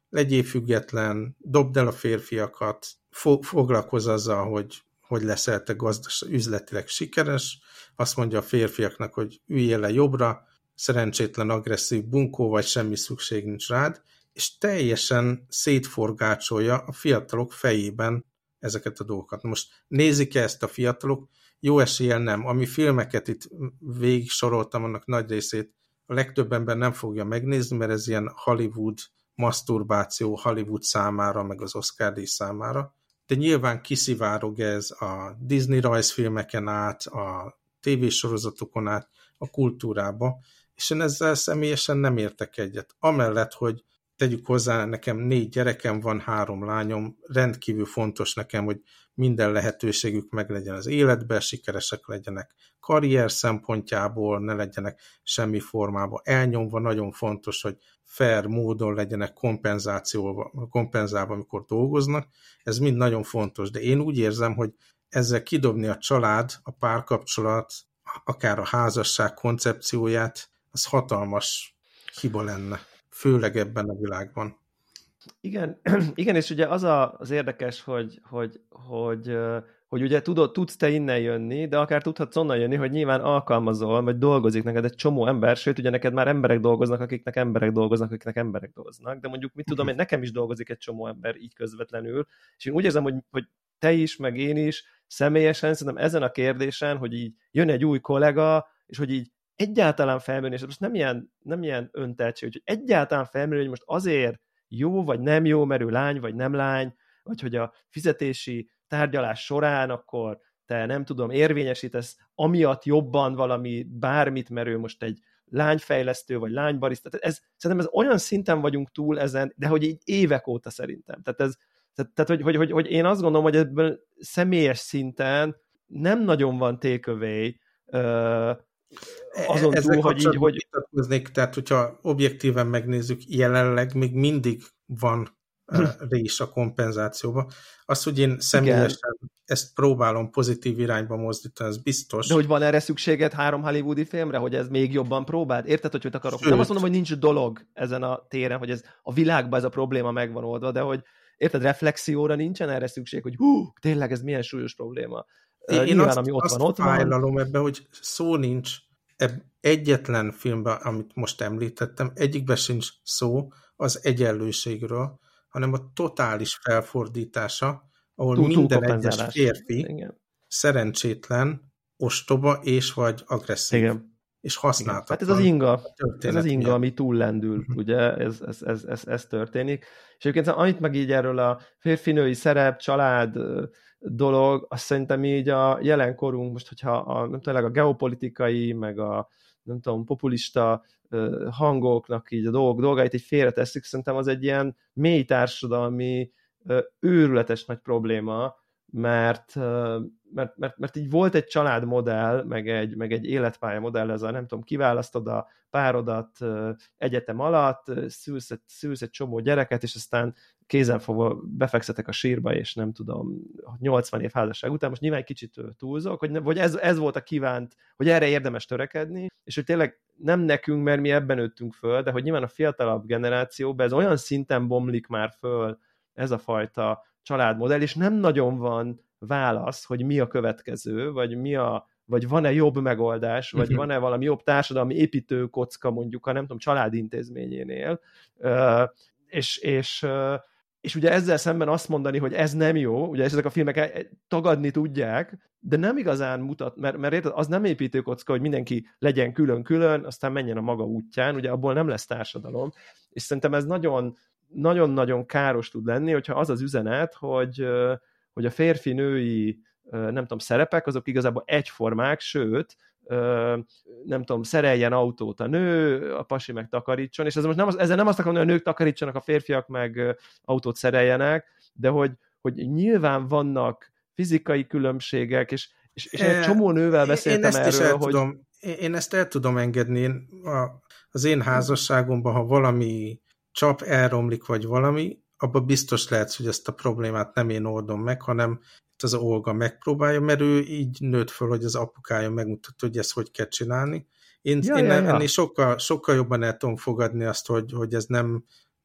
legyél független, dobd el a férfiakat, foglalkozz azzal, hogy leszel te üzletileg sikeres, azt mondja a férfiaknak, hogy üljél le jobbra, szerencsétlen, agresszív bunkó, vagy semmi szükség nincs rád, és teljesen szétforgácsolja a fiatalok fejében ezeket a dolgokat. Most nézik-e ezt a fiatalok? Jó eséllyel nem. Ami filmeket itt végig soroltam, annak nagy részét a legtöbb ember nem fogja megnézni, mert ez ilyen Hollywood maszturbáció Hollywood számára, meg az Oscar-díj számára. De nyilván kiszivárog ez a Disney rajzfilmeken át, a tévésorozatokon át, a kultúrába, és én ezzel személyesen nem értek egyet. Amellett, hogy tegyük hozzá, nekem 4 gyerekem van, 3 lányom, rendkívül fontos nekem, hogy minden lehetőségük meglegyen az életben, sikeresek legyenek karrier szempontjából, ne legyenek semmi formában elnyomva, nagyon fontos, hogy fair módon legyenek kompenzálva, amikor dolgoznak, ez mind nagyon fontos, de én úgy érzem, hogy ezzel kidobni a család, a párkapcsolat, akár a házasság koncepcióját, az hatalmas hiba lenne, főleg ebben a világban. Igen, és ugye az érdekes, hogy ugye tudsz te innen jönni, de akár tudhatsz onnan jönni, hogy nyilván alkalmazol, vagy dolgozik neked egy csomó ember, sőt, ugye neked már emberek dolgoznak, akiknek emberek dolgoznak, de mondjuk mit tudom, hogy nekem is dolgozik egy csomó ember így közvetlenül, és én úgy érzem, hogy te is, meg én is személyesen szerintem ezen a kérdésen, hogy így jön egy új kollega, és hogy így egyáltalán felmérni, és most nem ilyen öntehetség, hogy egyáltalán felmérni, hogy most azért jó vagy nem jó, mert ő lány vagy nem lány, vagy hogy a fizetési tárgyalás során akkor te nem tudom, érvényesítesz amiatt jobban valami bármit, mert ő most egy lányfejlesztő, vagy lánybariszta. Szerintem ez olyan szinten vagyunk túl ezen, de hogy így évek óta szerintem. Tehát hogy én azt gondolom, hogy ebből személyes szinten nem nagyon van takeaway, azon túl, hogy így, hogy... Tehát, hogyha objektíven megnézzük, jelenleg még mindig van rés a kompenzációba. Az, hogy én személyesen ezt próbálom pozitív irányba mozdítani, ez biztos. De hogy van erre szükséged 3 hollywoodi filmre, hogy ez még jobban próbáld? Érted, hogy akarok? Nem azt mondom, hogy nincs dolog ezen a téren, hogy ez a világban ez a probléma megvan oldva, de hogy érted, reflexióra nincsen erre szükség, hogy tényleg ez milyen súlyos probléma. Én nyilván, ami ott van, ebbe, hogy szó nincs egyetlen filmben, amit most említettem, egyikben sincs szó az egyenlőségről, hanem a totális felfordítása, ahol minden egyes férfi szerencsétlen, ostoba és vagy agresszív. Igen. És használhatatlan. Hát ez az inga, ami túllendül, ugye, ez történik. És egyébként amit meg így erről a férfi-női szerep, család dolog, azt szerintem így a jelenkorunk, most hogyha nem tudom, a geopolitikai, meg a nem tudom, populista hangoknak így a dolgait így félretesszük, szerintem az egy ilyen mély társadalmi őrületes nagy probléma, mert így volt egy családmodell, meg egy életpálya modell, ez a nem tudom, kiválasztod a párodat egyetem alatt, szülsz egy csomó gyereket, és aztán kézenfogva befekszetek a sírba, és nem tudom, 80 év házasság után, most nyilván egy kicsit túlzok, hogy ez volt a kívánt, hogy erre érdemes törekedni, és hogy tényleg nem nekünk, mert mi ebben nőttünk föl, de hogy nyilván a fiatalabb generációban ez olyan szinten bomlik már föl ez a fajta családmodell, és nem nagyon van válasz, hogy mi a következő, vagy van-e jobb megoldás, vagy van-e valami jobb társadalmi építőkocka mondjuk a nem tudom, családintézményénél, és ugye ezzel szemben azt mondani, hogy ez nem jó, ugye ezek a filmek tagadni tudják, de nem igazán mutat, mert érted, az nem építőkocka, hogy mindenki legyen külön-külön, aztán menjen a maga útján, ugye abból nem lesz társadalom, és szerintem ez nagyon-nagyon káros tud lenni, hogyha az az üzenet, hogy a férfi-női nem tudom, szerepek, azok igazából egyformák, sőt, nem tudom, szereljen autót a nő, a pasi meg takarítson, és ezzel nem azt akarom, hogy a nők takarítsanak, a férfiak meg autót szereljenek, de hogy nyilván vannak fizikai különbségek, és egy csomó nővel beszéltem erről, Én ezt el tudom engedni. Az én házasságomban, ha valami csap, elromlik, vagy valami, abban biztos lehet, hogy ezt a problémát nem én oldom meg, hanem az Olga megpróbálja, mert ő így nőtt föl, hogy az apukája megmutatta, hogy ezt hogy kell csinálni. Én ennél sokkal jobban el tudom fogadni azt, hogy ez nem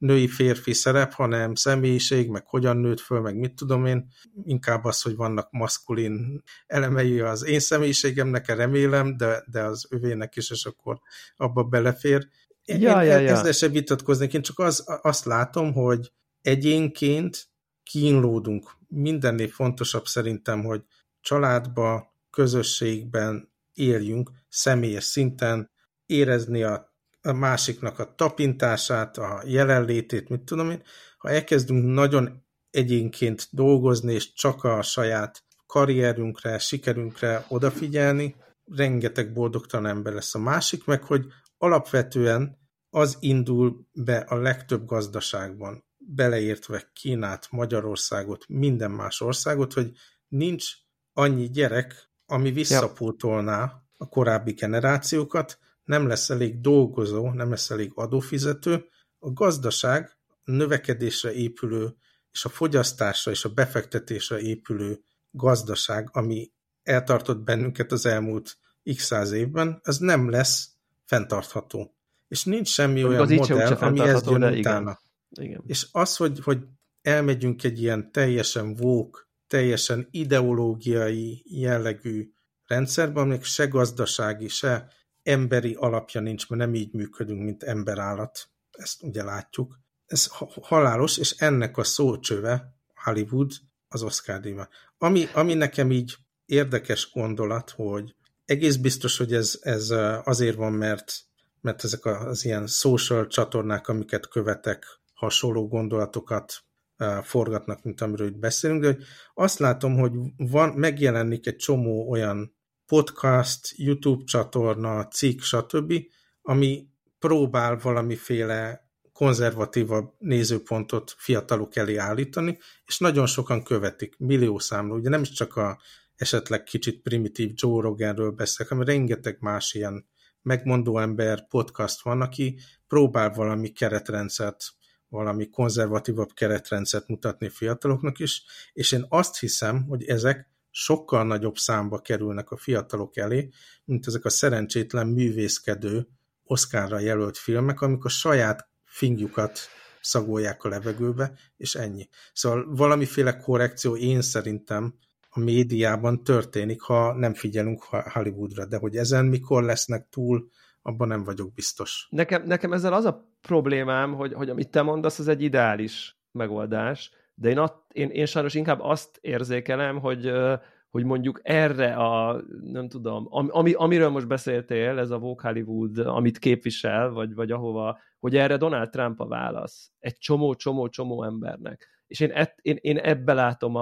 női-férfi szerep, hanem személyiség, meg hogyan nőtt föl, meg mit tudom én, inkább az, hogy vannak maszkulin elemei az én személyiségemnek, remélem, de az övének is, és akkor abba belefér. Ezzel sem vitatkoznék, én csak azt látom, hogy egyénként kínlódunk. Mindennél fontosabb szerintem, hogy családba, közösségben éljünk, személyes szinten, érezni a másiknak a tapintását, a jelenlétét, mit tudom én. Ha elkezdünk nagyon egyénként dolgozni, és csak a saját karrierünkre, sikerünkre odafigyelni, rengeteg boldogtalan ember lesz. A másik meg, hogy alapvetően az indul be a legtöbb gazdaságban, beleértve Kínát, Magyarországot, minden más országot, hogy nincs annyi gyerek, ami visszapótolná a korábbi generációkat, nem lesz elég dolgozó, nem lesz elég adófizető, a gazdaság a növekedésre épülő, és a fogyasztásra és a befektetésre épülő gazdaság, ami eltartott bennünket az elmúlt x száz évben, az nem lesz fenntartható. És nincs semmi olyan modell, ami ezt jön utána. Igen. És az, hogy elmegyünk egy ilyen teljesen woke, teljesen ideológiai jellegű rendszerbe, aminek se gazdasági, se emberi alapja nincs, mert nem így működünk, mint emberállat. Ezt ugye látjuk. Ez halálos, és ennek a szócsöve Hollywood az Oscar-díjban. Ami nekem így érdekes gondolat, hogy egész biztos, hogy ez azért van, mert ezek az ilyen social csatornák, amiket követek, hasonló gondolatokat forgatnak, mint amiről itt beszélünk, de hogy azt látom, hogy megjelenik egy csomó olyan podcast, YouTube csatorna, cikk, stb., ami próbál valamiféle konzervatívabb nézőpontot fiatalok elé állítani, és nagyon sokan követik, milliószámra. Ugye nem is csak esetleg kicsit primitív Joe Roganről beszélek, hanem rengeteg más ilyen megmondó ember, podcast van, aki próbál valami keretrendszert, valami konzervatívabb keretrendszert mutatni fiataloknak is, és én azt hiszem, hogy ezek sokkal nagyobb számba kerülnek a fiatalok elé, mint ezek a szerencsétlen művészkedő, Oscarra jelölt filmek, amik a saját fingjukat szagolják a levegőbe, és ennyi. Szóval valamiféle korrekció én szerintem a médiában történik, ha nem figyelünk Hollywoodra, de hogy ezen mikor lesznek túl, abban nem vagyok biztos. Nekem ezzel az a problémám, hogy amit te mondasz, az egy ideális megoldás, de én sajnos inkább azt érzékelem, hogy mondjuk erre nem tudom, amiről most beszéltél, ez a woke Hollywood, amit képvisel, vagy ahova, hogy erre Donald Trump a válasz. Egy csomó embernek. És én ebbe látom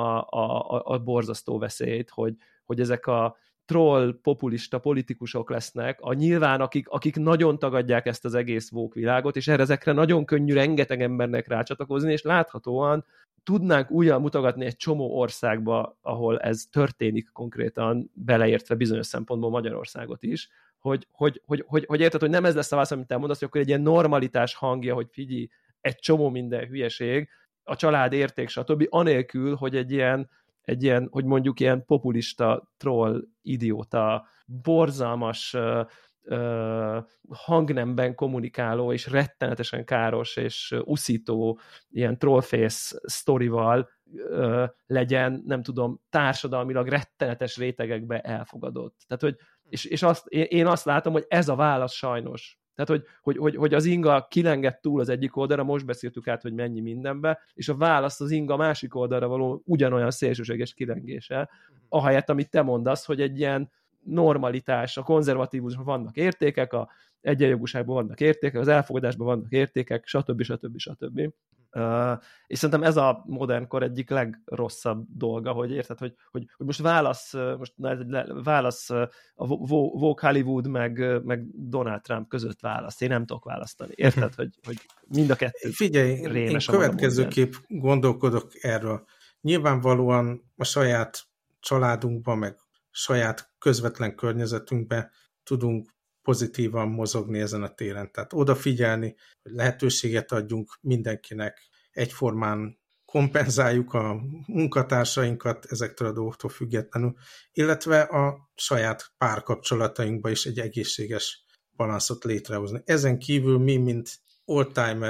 a borzasztó veszélyt, hogy ezek a troll, populista politikusok lesznek, nyilván akik nagyon tagadják ezt az egész woke világot, és ezekre nagyon könnyű rengeteg embernek rácsatlakozni, és láthatóan tudnánk újjal mutogatni egy csomó országba, ahol ez történik konkrétan, beleértve bizonyos szempontból Magyarországot is, hogy érted, hogy nem ez lesz a válasz, amit te mondasz, hogy akkor egy ilyen normalitás hangja, hogy figyelj, egy csomó minden hülyeség, a család érték, stb. Anélkül, hogy egy ilyen, hogy mondjuk ilyen populista, troll, idióta, borzalmas hangnemben kommunikáló, és rettenetesen káros, és uszító ilyen trollface sztorival legyen, nem tudom, társadalmilag rettenetes rétegekbe elfogadott. Tehát, hogy, és én azt látom, hogy ez a válasz sajnos. Tehát, hogy az inga kilengett túl az egyik oldalra, most beszéltük át, hogy mennyi mindenbe, és a válasz az inga másik oldalra való ugyanolyan szélsőséges kilengése, ahelyett, amit te mondasz, hogy egy ilyen normalitás, a konzervatívusban vannak értékek, a egyenjogúságban vannak értékek, az elfogadásban vannak értékek, stb. És szerintem ez a modern kor egyik legrosszabb dolga, hogy érted, hogy most válasz a woke Hollywood meg Donald Trump között választ. Én nem tudok választani. Érted, hogy mind a kettő rémes. Figyelj, én következőképp gondolkodok erről. Nyilvánvalóan a saját családunkban, meg saját közvetlen környezetünkben tudunk pozitívan mozogni ezen a téren. Tehát odafigyelni, hogy lehetőséget adjunk mindenkinek, egyformán kompenzáljuk a munkatársainkat ezektől a dolgoktól függetlenül, illetve a saját párkapcsolatainkban is egy egészséges balanszot létrehozni. Ezen kívül mi, mint oldtimer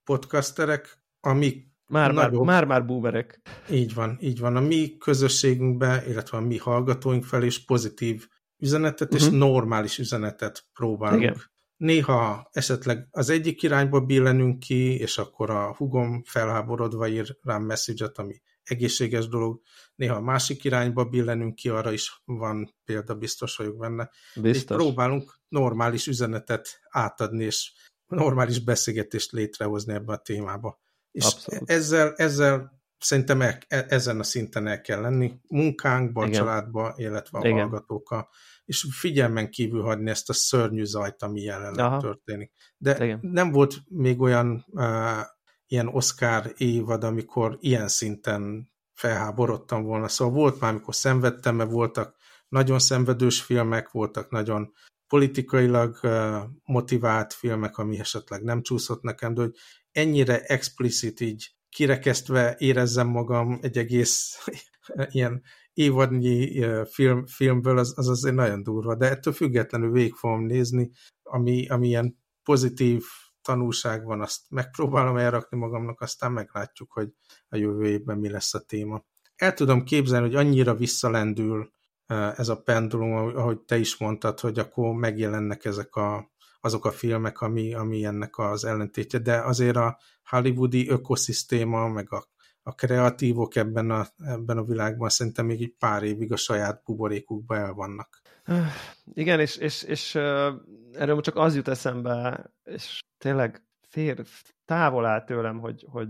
podcasterek, amik Már boomerek. Így van. A mi közösségünkben, illetve a mi hallgatóink felé is pozitív üzenetet és normális üzenetet próbálunk. Igen. Néha esetleg az egyik irányba billenünk ki, és akkor a hugom felháborodva ír rám message-et, ami egészséges dolog. Néha a másik irányba billenünk ki, arra is van példa, biztos vagyok benne. Biztos. És próbálunk normális üzenetet átadni, és normális beszélgetést létrehozni ebbe a témába. És ezzel szerintem ezen a szinten el kell lenni, munkánkba, a családba, illetve a hallgatókkal, és figyelmen kívül hagyni ezt a szörnyű zajt, ami jelenleg történik. De nem volt még olyan ilyen Oscar évad, amikor ilyen szinten felháborodtam volna. Szóval volt már, amikor szenvedtem, mert voltak nagyon szenvedős filmek, voltak nagyon politikailag motivált filmek, ami esetleg nem csúszott nekem, de hogy ennyire explicit így kirekesztve érezzem magam egy egész ilyen évadnyi filmből, az azért nagyon durva, de ettől függetlenül végig fogom nézni, ami ilyen pozitív tanulság van, azt megpróbálom elrakni magamnak, aztán meglátjuk, hogy a jövő évben mi lesz a téma. El tudom képzelni, hogy annyira visszalendül ez a pendulum, ahogy te is mondtad, hogy akkor megjelennek azok a filmek, ami ennek az ellentétje, de azért a hollywoodi ökoszisztéma, meg a kreatívok ebben a világban szerintem még egy pár évig a saját buborékukba el vannak. Igen, és erről csak az jut eszembe, és tényleg távol áll tőlem,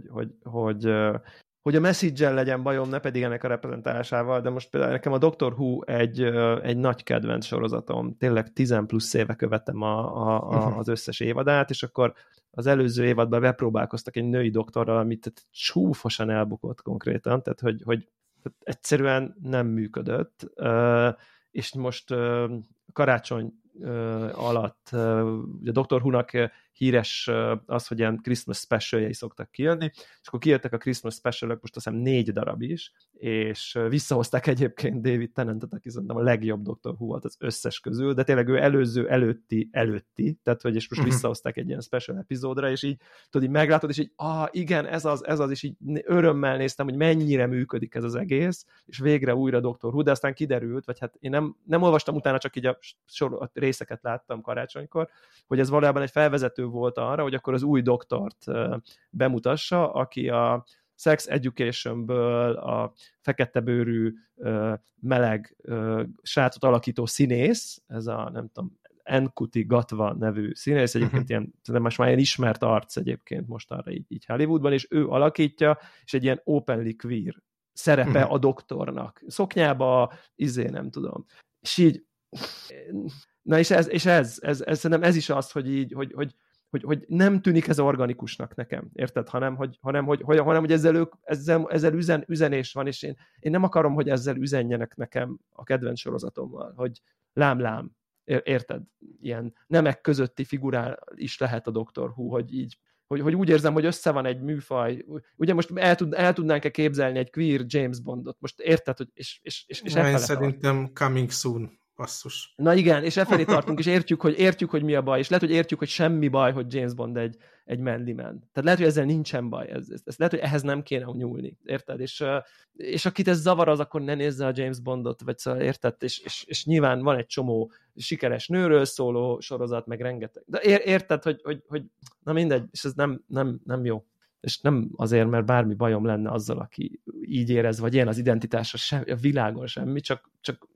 hogy a message-el legyen bajom, ne pedig ennek a reprezentálásával, de most például nekem a Doctor Who egy nagy kedvenc sorozatom. Tényleg 10 plusz éve követtem az összes évadát, és akkor az előző évadban bepróbálkoztak egy női doktorral, amit csúfosan elbukott konkrétan, tehát hogy egyszerűen nem működött, és most karácsony alatt ugye a Doctor Who-nak híres az, hogy ilyen Christmas specialjei szoktak kijönni, és akkor kijöttek a Christmas specialok, most azt hiszem 4 darab is, és visszahozták egyébként David Tennantet, aki szerintem a legjobb Doctor Who volt az összes közül, de tényleg ő előtti, tehát hogy és most visszahozták egy ilyen special epizódra, és így tudod, így meglátod, és így igen, ez az, és így örömmel néztem, hogy mennyire működik ez az egész, és végre újra Doctor Who, de aztán kiderült, vagy hát én nem olvastam utána, csak így a részeket láttam karácsonykor, hogy ez valójában egy felvezető volt arra, hogy akkor az új doktort bemutassa, aki a Sex Educationből a feketebőrű meleg srácot alakító színész, ez a nem tudom, Ncuti Gatva nevű színész, egyébként ilyen, most már ilyen ismert arc egyébként most arra így Hollywoodban, és ő alakítja, és egy ilyen openly queer szerepe a doktornak. Szoknyába, nem tudom. És így na és ez szerintem ez is az, hogy így, hogy nem tűnik ez organikusnak nekem, érted? Hanem hogy ezzel üzenés van, és én nem akarom, hogy ezzel üzenjenek nekem a kedvenc sorozatommal, hogy lám, érted? Ilyen nemek közötti figurál is lehet a Doctor Who, hogy így, hogy úgy érzem, hogy össze van egy műfaj. Ugye most el tudnánk-e képzelni egy queer James Bondot? Most érted, hogy és én szerintem coming soon. Basszus. Na igen, és efelé tartunk, és értjük, hogy mi a baj, és lehet, hogy értjük, hogy semmi baj, hogy James Bond egy manly man. Tehát lehet, hogy ezzel nincsen baj, ez lehet, hogy ehhez nem kéne nyúlni, érted? És akit ez zavar, az akkor ne nézze a James Bondot, vagy szóval, érted? És nyilván van egy csomó sikeres nőről szóló sorozat, meg rengeteg. De érted, hogy na mindegy, és ez nem jó. És nem azért, mert bármi bajom lenne azzal, aki így érez, vagy ilyen az identitása, a világon semmi, csak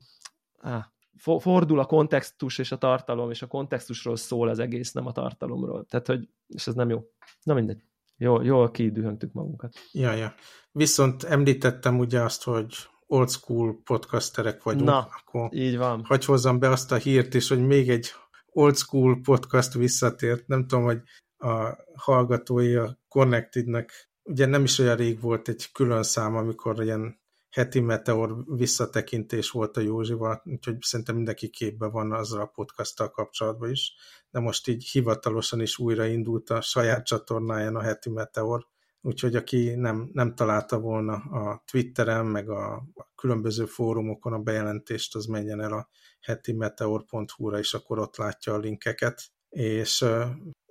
fordul a kontextus és a tartalom, és a kontextusról szól az egész, nem a tartalomról. Tehát, hogy, és ez nem jó. Na mindegy. Jól kidühöntük magunkat. Ja. Viszont említettem ugye azt, hogy old school podcasterek vagyunk. Na, akkor így van. Hagy hozzam be azt a hírt is, hogy még egy old school podcast visszatért. Nem tudom, hogy a hallgatói a Connectednek, ugye nem is olyan rég volt egy külön szám, amikor ilyen heti Meteor visszatekintés volt a Józsival, úgyhogy szerintem mindenki képben van azzal a podcasttal kapcsolatban is, de most így hivatalosan is újraindult a saját csatornáján a heti Meteor, úgyhogy aki nem találta volna a Twitteren, meg a különböző fórumokon a bejelentést, az menjen el a hetimeteor.hu-ra, és akkor ott látja a linkeket, és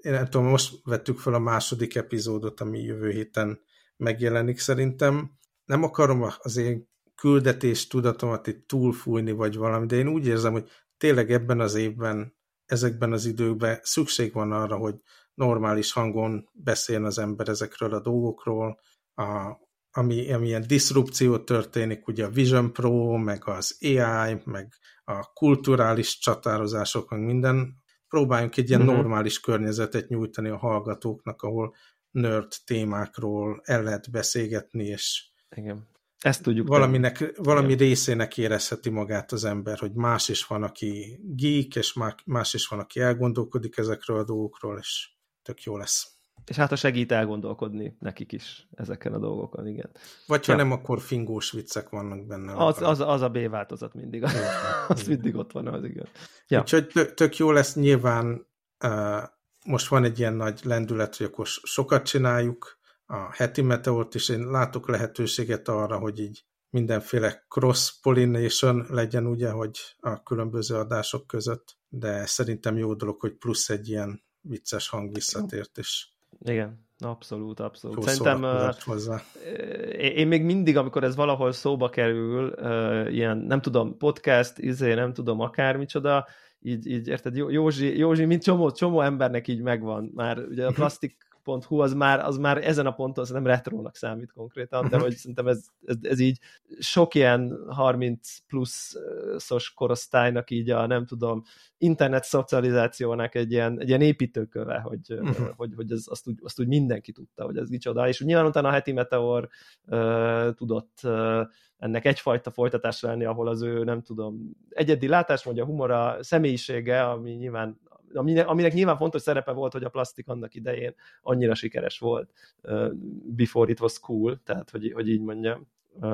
én nem tudom, most vettük fel a második epizódot, ami jövő héten megjelenik szerintem. Nem akarom az én küldetés tudatomat itt túlfújni, vagy valami, de én úgy érzem, hogy tényleg ebben az évben, ezekben az időkben szükség van arra, hogy normális hangon beszéljen az ember ezekről a dolgokról, ami ilyen diszrupció történik, ugye a Vision Pro, meg az AI, meg a kulturális csatározások, meg minden. Próbáljunk egy ilyen normális környezetet nyújtani a hallgatóknak, ahol nerd témákról el lehet beszélgetni, és igen. Ezt tudjuk valami részének érezheti magát az ember, hogy más is van, aki geek, és más is van, aki elgondolkodik ezekről a dolgokról, és tök jó lesz. És hát a segít elgondolkodni nekik is ezeken a dolgokon, igen. Vagy ha nem, akkor fingós viccek vannak benne. Az a B változat mindig. Az mindig ott van, az igen. Ja. Úgyhogy tök jó lesz, nyilván most van egy ilyen nagy lendület, hogy akkor sokat csináljuk, a heti meteort is, én látok lehetőséget arra, hogy így mindenféle cross-pollination legyen, ugye, hogy a különböző adások között, de szerintem jó dolog, hogy plusz egy ilyen vicces hang visszatért is. Igen, abszolút. Szerintem én még mindig, amikor ez valahol szóba kerül, ilyen, nem tudom, podcast, nem tudom, akármicsoda, így érted, Józsi, mint csomó embernek így megvan. Már ugye a plastik.hu az már ezen a ponton szerintem retrónak számít konkrétan, de hogy szerintem ez így sok ilyen 30 pluszos korosztálynak így a, nem tudom, internet szocializációnak egy ilyen építőköve, hogy azt úgy mindenki tudta, hogy ez micsoda, és nyilván utána a heti meteor tudott ennek egyfajta folytatásra lenni, ahol az ő, nem tudom, egyedi látásmódja, humora, személyisége, aminek nyilván fontos szerepe volt, hogy a plastik annak idején annyira sikeres volt, before it was cool, tehát, hogy így mondjam.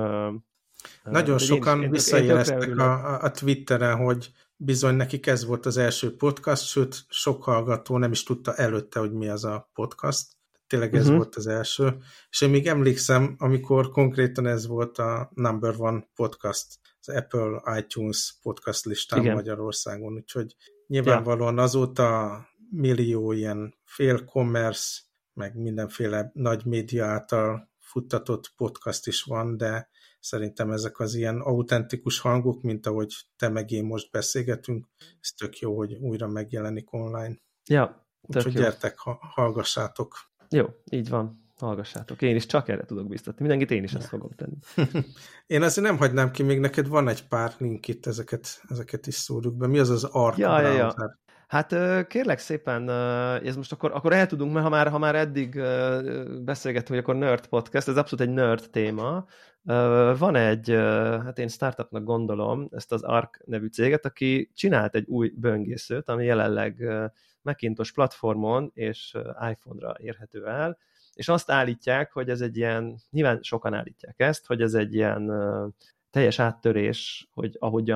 Nagyon sokan visszajeleztek a Twitteren, hogy bizony nekik ez volt az első podcast, sőt, sok hallgató nem is tudta előtte, hogy mi az a podcast. Tényleg ez volt az első. És én még emlékszem, amikor konkrétan ez volt a number one podcast, az Apple iTunes podcast listán Magyarországon, úgyhogy nyilvánvalóan azóta millió ilyen fél-commerce, meg mindenféle nagy média által futtatott podcast is van, de szerintem ezek az ilyen autentikus hangok, mint ahogy te meg én most beszélgetünk, ez tök jó, hogy újra megjelenik online. Ja, úgyhogy gyertek, hallgassátok. Jó, így van. Hallgassátok. Én is csak erre tudok biztatni. Mindenkit én is ezt fogom tenni. Én azért nem hagynám ki, még neked van egy pár link itt, ezeket is szórjuk be. Mi az az ARC browser? Ja. Hát kérlek szépen, ez most akkor el tudunk, mert ha már eddig beszélgettünk, hogy akkor Nerd Podcast, ez abszolút egy nerd téma. Van egy, hát én startupnak gondolom, ezt az ARC nevű céget, aki csinált egy új böngészőt, ami jelenleg Macintosh platformon és iPhone-ra érhető el, és azt állítják, hogy ez egy ilyen, nyilván sokan állítják ezt, hogy ez egy ilyen teljes áttörés, hogy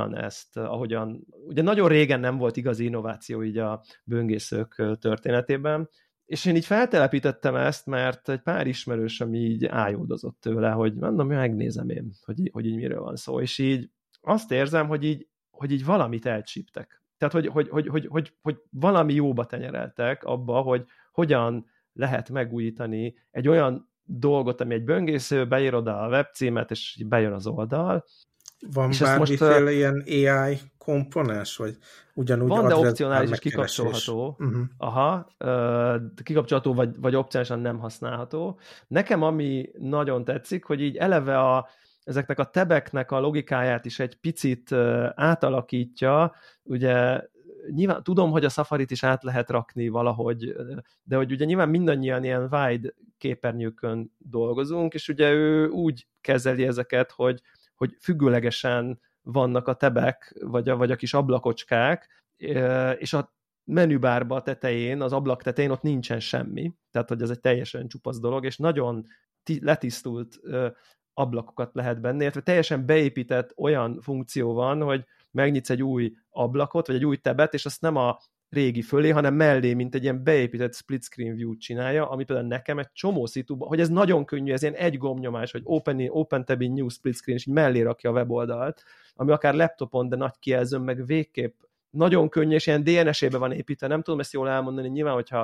ahogyan, ugye nagyon régen nem volt igazi innováció így a böngészők történetében, és én így feltelepítettem ezt, mert egy pár ismerősöm így ájódozott tőle, hogy mondom, megnézem én, hogy így miről van szó, és így azt érzem, hogy így valamit elcsíptek. Tehát, hogy valami jóba tenyereltek abba, hogy hogyan lehet megújítani egy olyan dolgot, ami egy böngésző, beír oda a webcímet, és bejön az oldal. Van bármiféle ilyen AI komponens, vagy ugyanúgy van, de opcionális és kikapcsolható. Kikapcsolható, vagy opcionálisan nem használható. Nekem ami nagyon tetszik, hogy így eleve ezeknek a tabeknek a logikáját is egy picit átalakítja, ugye nyilván tudom, hogy a Safarit is át lehet rakni valahogy, de hogy ugye nyilván mindannyian ilyen wide képernyőkön dolgozunk, és ugye ő úgy kezeli ezeket, hogy függőlegesen vannak a tabek, vagy a kis ablakocskák, és a menübárba a tetején, az ablak tetején ott nincsen semmi, tehát hogy ez egy teljesen csupasz dolog, és nagyon letisztult ablakokat lehet benne, illetve teljesen beépített olyan funkció van, hogy megnyitsz egy új ablakot, vagy egy új tabet, és azt nem a régi fölé, hanem mellé, mint egy ilyen beépített split screen view-t csinálja, ami például nekem egy csomó szituban, hogy ez nagyon könnyű, ez ilyen egy gombnyomás, hogy open tab in new split screen, és így mellé rakja a weboldalt, ami akár laptopon, de nagy kijelzőn meg végképp nagyon könnyű, és ilyen DNS-ébe van építve, nem tudom ezt jól elmondani, nyilván, hogyha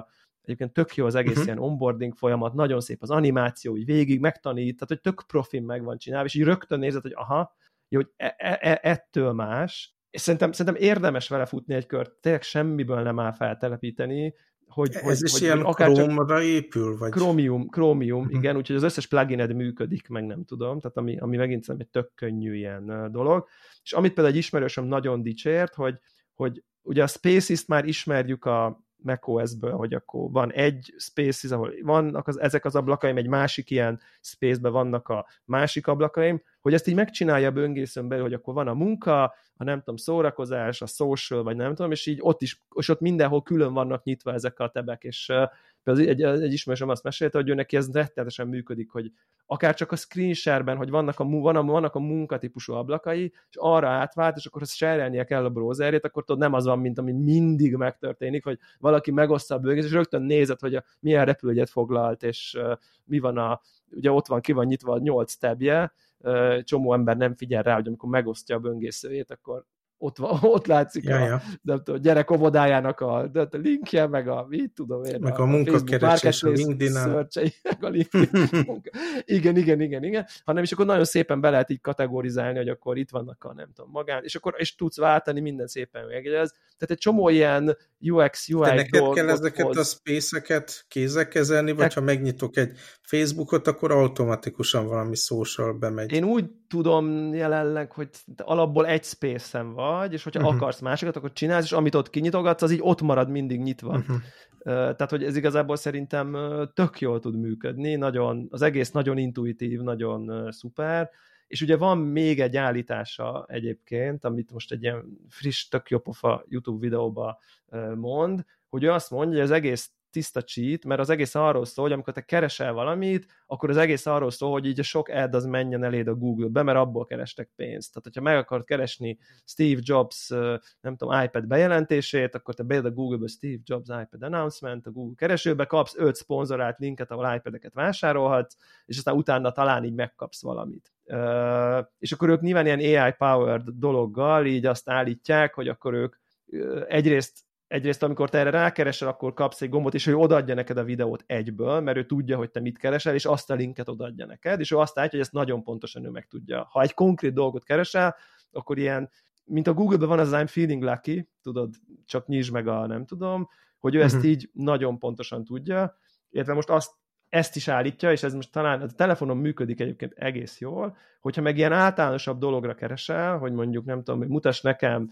egyébként tök jó az egész ilyen onboarding folyamat, nagyon szép az animáció, így végig megtanít, tehát hogy tök profin meg van csinálva, és így rögtön nézed, hogy aha, jó, hogy ettől más, és szerintem érdemes vele futni egy kört, tényleg semmiből nem áll feltelepíteni, ez is ilyen Chrome-ra épül? Vagy? Chromium, igen, úgyhogy az összes plugined működik, meg nem tudom, tehát ami megint szerintem egy tök könnyű ilyen dolog. És amit például egy ismerősöm nagyon dicsért, hogy ugye a Spaces-t már ismerjük a macOS-ből, hogy akkor van egy Spaces, ahol vannak ezek az ablakaim, egy másik ilyen Space-ben vannak a másik ablakaim, hogy ezt így megcsinálja a böngészőn belül, hogy akkor van a munka, a nem tudom, szórakozás, a social, vagy nem tudom, és így ott mindenhol külön vannak nyitva ezek a tabek, és például egy ismerősöm azt mesélte, hogy ő neki ez rettenetesen működik, hogy akár csak a screen share-ben, hogy vannak a munkatípusú ablakai, és arra átvált, és akkor ha share-elnie kell a browserjét, akkor tudod, nem az van, mint ami mindig megtörténik, hogy valaki megoszta a böngészőt, és rögtön nézed, hogy milyen repülőjegyet foglalt, és mi van ugye ott ki van nyitva a 8 tabje, csomó ember nem figyel rá, hogy amikor megosztja a böngészőjét, akkor ott látszik nem tudom, gyerek óvodájának a linkje, meg mit tudom én, meg a munkakeresés, a LinkedIn-en. Igen. Hanem is akkor nagyon szépen be lehet így kategorizálni, hogy akkor itt vannak a nem tudom, magán, és tudsz váltani, minden szépen megjegyez. Tehát egy csomó ilyen UX, UI de neked kell ezeket a space-eket kézzel kezelni, vagy ha megnyitok egy Facebookot, akkor automatikusan valami social bemegy. Én úgy tudom jelenleg, hogy alapból egy space-en vagy, és hogyha akarsz másikat, akkor csinálsz, és amit ott kinyitogatsz, az így ott marad mindig nyitva. Tehát, hogy ez igazából szerintem tök jól tud működni, az egész nagyon intuitív, nagyon szuper, és ugye van még egy állítása egyébként, amit most egy ilyen friss, tök jópofa YouTube videóba mond, hogy ő azt mondja, hogy az egész tiszta cheat, mert az egész arról szól, hogy amikor te keresel valamit, akkor az egész arról szól, hogy így a sok ad az menjen eléd a Google-be, mert abból kerestek pénzt. Tehát, hogyha meg akarod keresni Steve Jobs, nem tudom, iPad bejelentését, akkor te bejöd a Google-be Steve Jobs iPad announcement, a Google keresőbe, kapsz 5 szponzorált linket, ahol iPad-eket vásárolhatsz, és aztán utána talán így megkapsz valamit. És akkor ők nyilván ilyen AI-powered dologgal így azt állítják, hogy akkor ők egyrészt, amikor te erre rákeresel, akkor kapsz egy gombot, és ő odaadja neked a videót egyből, mert ő tudja, hogy te mit keresel, és azt a linket odaadja neked, és ő azt állítja, hogy ezt nagyon pontosan ő meg tudja. Ha egy konkrét dolgot keresel, akkor ilyen, mint a Google-ben van az I'm feeling lucky, tudod, csak nyisd meg a nem tudom, hogy ő ezt így nagyon pontosan tudja, illetve most ezt is állítja, és ez most talán a telefonon működik egyébként egész jól, hogyha meg ilyen általánosabb dologra keresel, hogy mondjuk nem tudom, hogy mutass nekem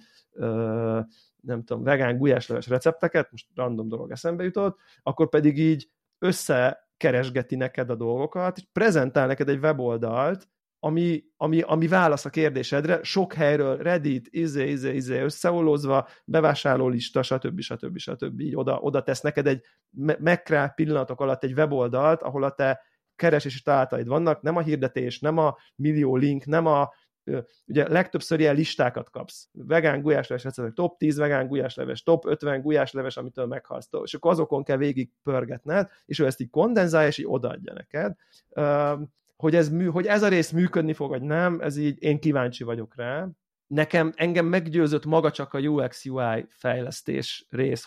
nem tudom, vegán gulyásleves recepteket, most random dolog eszembe jutott, akkor pedig így összekeresgeti neked a dolgokat, és prezentál neked egy weboldalt, ami válasz a kérdésedre, sok helyről Reddit, összeollózva, bevásárlólista, stb. Így oda tesz neked egy megkreált pillanatok alatt egy weboldalt, ahol a te keresési találataid vannak, nem a hirdetés, nem a millió link, nem ugye legtöbbször ilyen listákat kapsz. Vegán gulyásleves receptek, top 10 vegán gulyásleves, top 50 gulyásleves, amitől meghalsz. És akkor azokon kell végig pörgetned, és ő ezt így kondenzálja, és így odaadja neked. Hogy ez a rész működni fog, vagy nem, ez így én kíváncsi vagyok rá. Engem meggyőzött maga csak a UX-UI fejlesztés rész,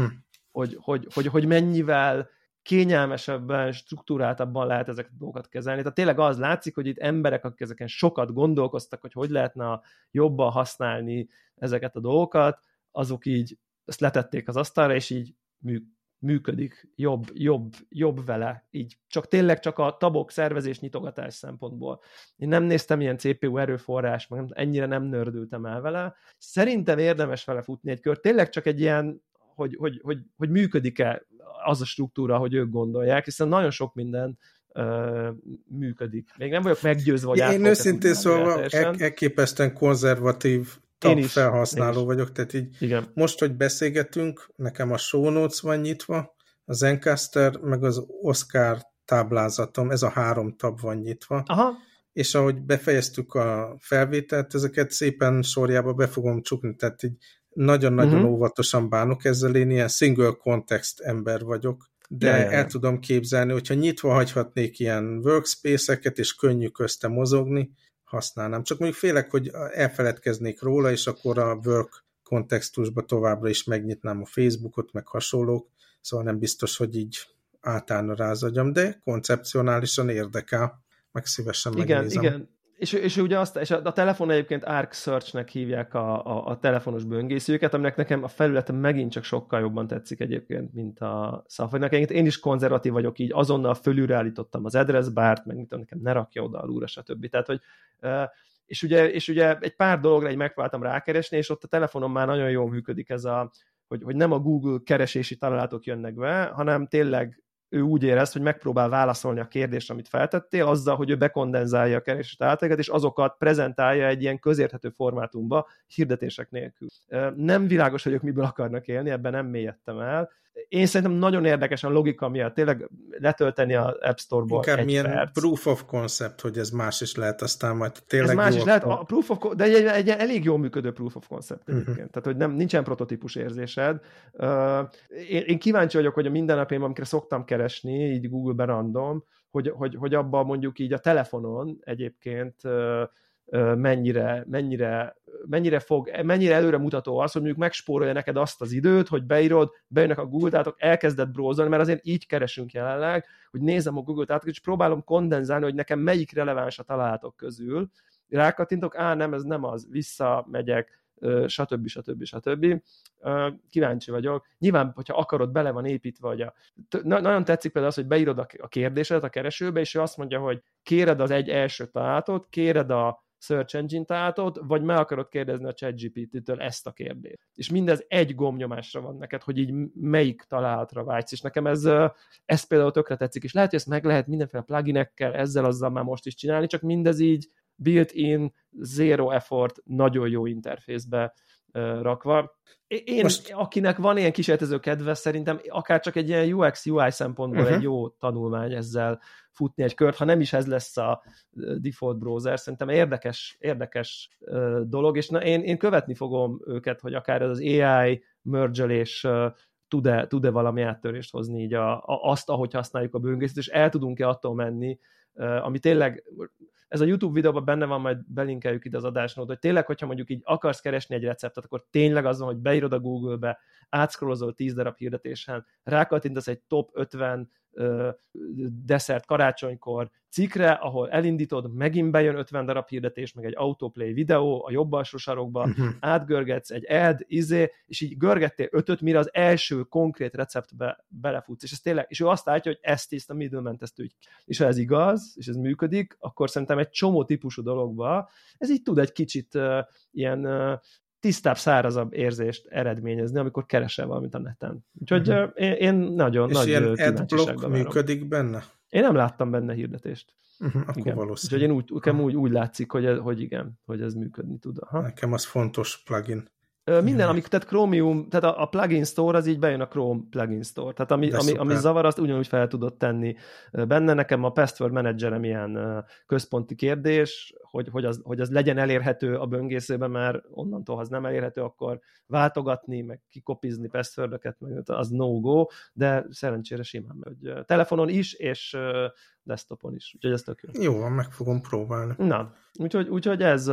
hogy mennyivel kényelmesebben, struktúráltabban lehet ezeket a dolgokat kezelni. Tehát tényleg az látszik, hogy itt emberek, akik ezeken sokat gondolkoztak, hogy lehetne jobban használni ezeket a dolgokat, azok így ezt letették az asztalra, és így működik jobb vele. Így tényleg csak a tabok szervezés nyitogatás szempontból. Én nem néztem ilyen CPU erőforrás, meg ennyire nem nördültem el vele. Szerintem érdemes vele futni egy kört. Tényleg csak egy ilyen, hogy működik-e az a struktúra, hogy ők gondolják, hiszen nagyon sok minden működik. Még nem vagyok meggyőzve, hogy én őszintén szóval elképesztően konzervatív felhasználó vagyok, tehát így igen. Most, hogy beszélgetünk, nekem a show notes van nyitva, a Zencastr, meg az Oscar táblázatom, ez a 3 tab van nyitva. Aha. És ahogy befejeztük a felvételt, ezeket szépen sorjába be fogom csukni, tehát így nagyon-nagyon óvatosan bánok ezzel, én ilyen single context ember vagyok, de el tudom képzelni, hogyha nyitva hagyhatnék ilyen workspace-eket, és könnyű közte mozogni, használnám. Csak mondjuk félek, hogy elfeledkeznék róla, és akkor a work kontextusba továbbra is megnyitnám a Facebookot, meg hasonlók. szóval nem biztos, hogy így átállna rá az agyam, de koncepcionálisan érdekel, meg szívesen megnézem. Igen. És ugye és a telefon egyébként Arc Search-nek hívják a telefonos böngészőket, aminek nekem a felülete megint csak sokkal jobban tetszik egyébként, mint a Safari-nak. Én is konzervatív vagyok, így azonnal fölülre állítottam az address bart, meg nekem ne rakja oda alulra, stb. Tehát, hogy és ugye egy pár dologra így megpróbáltam rákeresni, és ott a telefonon már nagyon jól működik ez hogy nem a Google keresési találatok jönnek be, hanem tényleg ő úgy érez, hogy megpróbál válaszolni a kérdésre, amit feltettél, azzal, hogy ő bekondenzálja a keresési találatokat, és azokat prezentálja egy ilyen közérthető formátumba, hirdetések nélkül. Nem világos, hogy ők miből akarnak élni, ebben nem mélyedtem el. Én szerintem nagyon érdekes a logika miatt, tényleg letölteni az App Store-ból inkább egy milyen perc. proof of concept, hogy ez más is lehet, aztán majd tényleg ez más is lehet, a proof of, de egy elég jól működő proof of concept egyébként. Tehát, hogy nincsen prototípus érzésed. Én kíváncsi vagyok, hogy a mindennapjaimban, amikor szoktam keresni, így Google-ben random, hogy abban mondjuk így a telefonon egyébként mennyire előre mutató az, hogy mondjuk megspórolja neked azt az időt, hogy bejönnek a Google tátok, elkezdett browsolni, mert azért így keresünk jelenleg, hogy nézem a Google tátokat, és próbálom kondenzálni, hogy nekem melyik releváns a találatok közül. Rákattintok, nem, ez nem az, visszamegyek, stb. Kíváncsi vagyok. Nyilván, hogyha akarod, bele van építve, hogy nagyon tetszik például az, hogy beírod a kérdésedet a keresőbe, és ő azt mondja, hogy kéred az egy első találatot, kéred a search engine találatot, vagy meg akarod kérdezni a ChatGPT-től ezt a kérdést. És mindez egy gombnyomásra van neked, hogy így melyik találatra vágysz, és nekem ez például tökre tetszik, és lehet, hogy ezt meg lehet mindenféle pluginekkel, azzal már most is csinálni, csak mindez így built-in, zero effort, nagyon jó interfészbe rakva. Akinek van ilyen kísérletező kedve, szerintem akár csak egy ilyen UX-UI szempontból egy jó tanulmány ezzel futni egy kört, ha nem is ez lesz a default browser, szerintem érdekes dolog, és én követni fogom őket, hogy akár ez az AI merge-elés tud-e valami áttörést hozni így azt, ahogy használjuk a böngészőt, és el tudunk-e attól menni, ami tényleg, ez a YouTube videóban benne van, majd belinkeljük ide az adásnót, hogy tényleg, hogyha mondjuk így akarsz keresni egy receptet, akkor tényleg az van, hogy beírod a Google-be, átszkrolozol 10 darab hirdetésen, rákattintasz egy top 50 desszert karácsonykor cikkre, ahol elindítod, megint bejön 50 darab hirdetés, meg egy autoplay videó a jobb alsó sarokba, átgörgetsz egy ad, és így görgettél 5-öt, mire az első konkrét receptbe belefutsz, és ez tényleg, és ő azt látja, hogy ezt tiszta middleman ezt ügy. És ha ez igaz, és ez működik, akkor szerintem egy csomó típusú dologba ez így tud egy kicsit ilyen tisztább, szárazabb érzést eredményezni, amikor keresel valamit a neten. Úgyhogy én nagyon és nagy ilyen adblock működik benne? Én nem láttam benne hirdetést. Akkor igen. valószínű. Úgyhogy úgy látszik, hogy igen, hogy ez működni tud. Aha. Nekem az fontos plugin. Minden, tehát Chromium, tehát a plugin store, az így bejön a Chrome plugin store. Tehát ami zavar, azt ugyanúgy fel tudod tenni benne. Nekem a password managerem ilyen központi kérdés, hogy az legyen elérhető a böngészőben, mert onnantól, ha az nem elérhető, akkor váltogatni, meg kikopizni passwordöket, meg az no-go, de szerencsére simán megy. Telefonon is, és desktopon is. Úgyhogy ez tök jó. Jó van, meg fogom próbálni. Na, úgyhogy ez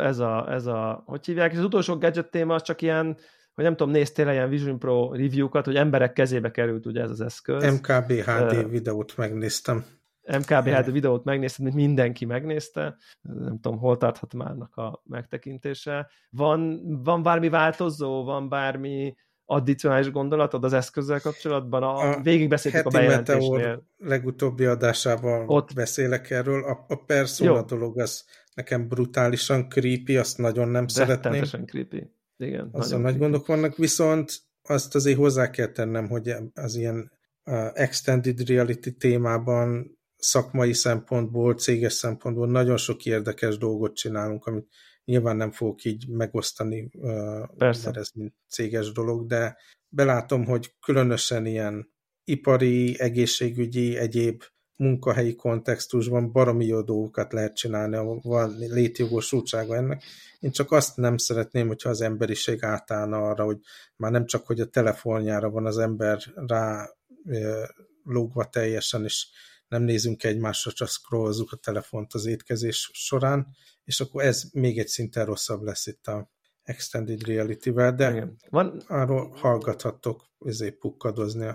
a hogy hívják, és az utolsó gadget téma az csak ilyen, hogy nem tudom, néztél ilyen Vision Pro review-kat, hogy emberek kezébe került ugye ez az eszköz. MKBHD videót megnéztem. MKBHD videót megnéztem, mint mindenki megnézte. Nem tudom, hol tarthat márnak a megtekintése. Van bármi változó, van bármi addicionális gondolatod az eszközzel kapcsolatban? Végigbeszéltük a bejelentésnél. Meteor legutóbbi adásában ott beszélek erről. A Persona dolog az nekem brutálisan creepy, azt nagyon nem szeretném. Rettenetesen creepy. Igen, azzal nagy gondok vannak, viszont azt azért hozzá kell tennem, hogy az ilyen extended reality témában szakmai szempontból, céges szempontból nagyon sok érdekes dolgot csinálunk, amit nyilván nem fogok így megosztani, mert ez mint céges dolog, de belátom, hogy különösen ilyen ipari, egészségügyi, egyéb munkahelyi kontextusban baromi jó dolgokat lehet csinálni, van létjogosultsága ennek. Én csak azt nem szeretném, hogyha az emberiség átállna arra, hogy már nem csak, hogy a telefonjára van az ember rá lógva teljesen, és nem nézünk egymásra, csak scrollozunk a telefont az étkezés során, és akkor ez még egy szinten rosszabb lesz itt a Extended Reality-vel, de arról hallgathattok pukkadozni a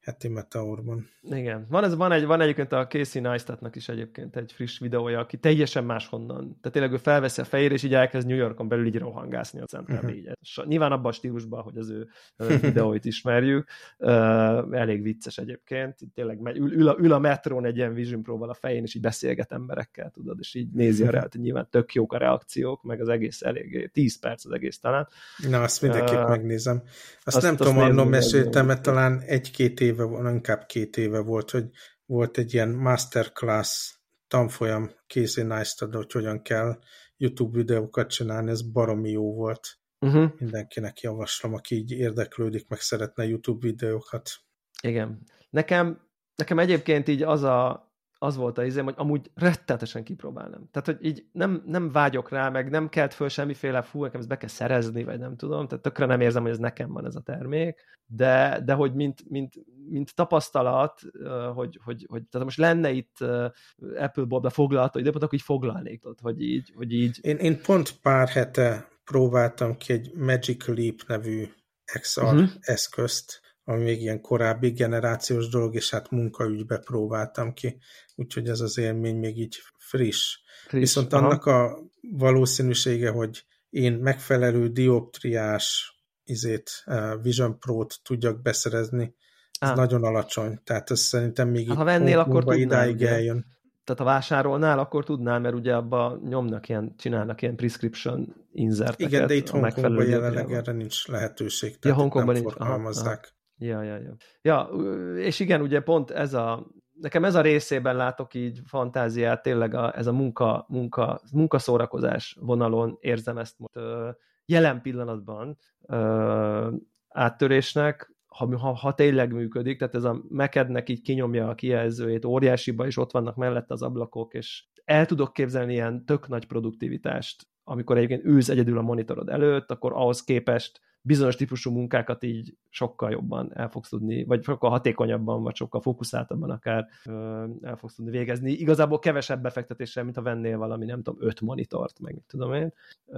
heti Meteorban. Igen. Van egyébként a Casey Neistatnak is egyébként egy friss videója, aki teljesen máshonnan. Tehát tényleg ő felveszi a fejére, és így elkezd New Yorkon belül így rohangászni a Central Nyilván abban a stílusban, hogy az ő videóit ismerjük. Elég vicces egyébként. Tényleg ül a metrón egy ilyen Vision Pro-val a fején, és így beszélget emberekkel, tudod, és így nézi a reált, nyilván tök jók a reakciók, meg az egész elég 10 perc az egész talán. Na, azt mindenképp megnézem. Azt nem tudom, annól meséltem, mert talán 1-2 éve, inkább 2 éve volt, hogy volt egy ilyen masterclass tanfolyam Casey Neistat, hogy hogyan kell YouTube videókat csinálni, ez baromi jó volt. Mindenkinek javaslom, aki így érdeklődik, meg szeretne YouTube videókat. Igen. Nekem egyébként így az volt az izém, hogy amúgy rettenetesen kipróbálnám. Tehát, hogy így nem vágyok rá, meg nem kelt föl semmiféle, nekem ezt be kell szerezni, vagy nem tudom, tehát tökre nem érzem, hogy ez nekem van ez a termék, de hogy mint tapasztalat, hogy tehát most lenne itt Apple Bob-da foglalta, hogy így foglalnék, hogy így. Én pont pár hete próbáltam ki egy Magic Leap nevű XR eszközt, ami még ilyen korábbi generációs dolog, és hát munkaügybe próbáltam ki, úgyhogy ez az élmény még így friss. Viszont annak a valószínűsége, hogy én megfelelő dioptriás Vision Pro-t tudjak beszerezni, ez nagyon alacsony, tehát ez szerintem még ha vennél, akkor tudnál, idáig eljön. Tehát ha vásárolnál, akkor tudnál, mert ugye abban csinálnak ilyen prescription inserteket. Igen, de itt Hongkongban jelenleg erre nincs lehetőség, tehát Hongkongban nem forgalmazzák. Ja, és igen, ugye pont nekem ez a részében látok így fantáziát, tényleg ez a munkaszórakozás vonalon érzem ezt most jelen pillanatban áttörésnek, ha tényleg működik, tehát ez a Mac-ednek így kinyomja a kijelzőjét óriásiba, és ott vannak mellette az ablakok, és el tudok képzelni ilyen tök nagy produktivitást, amikor egyébként ülsz egyedül a monitorod előtt, akkor ahhoz képest bizonyos típusú munkákat így sokkal jobban el fogsz tudni, vagy sokkal hatékonyabban, vagy sokkal fókuszáltabban akár el fogsz tudni végezni. Igazából kevesebb befektetéssel, mint ha vennél valami, nem tudom, 5 monitort, meg mit tudom én.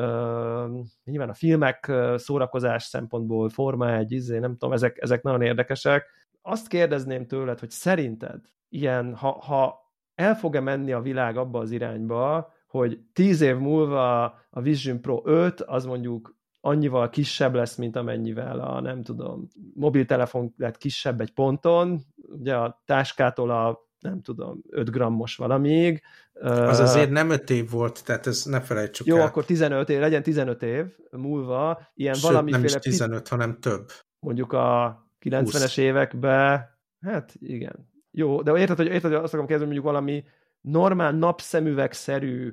Nyilván a filmek szórakozás szempontból Forma 1, nem tudom, ezek nagyon érdekesek. Azt kérdezném tőled, hogy szerinted ilyen, ha el fog-e menni a világ abba az irányba, hogy 10 év múlva a Vision Pro 5 az mondjuk annyival kisebb lesz, mint amennyivel nem tudom, mobiltelefon lett kisebb egy ponton, ugye a táskától a nem tudom, 5 grammos valamig. Az azért nem 5 év volt, tehát ez ne felejtsük el. Jó, akkor 15 év, legyen 15 év múlva, ilyen sőt, valamiféle... nem is 15, hanem több. Mondjuk a 90-es években, hát igen. Jó, de érted, hogy azt akarom kérdezni, mondjuk valami normál napszemüvegszerű,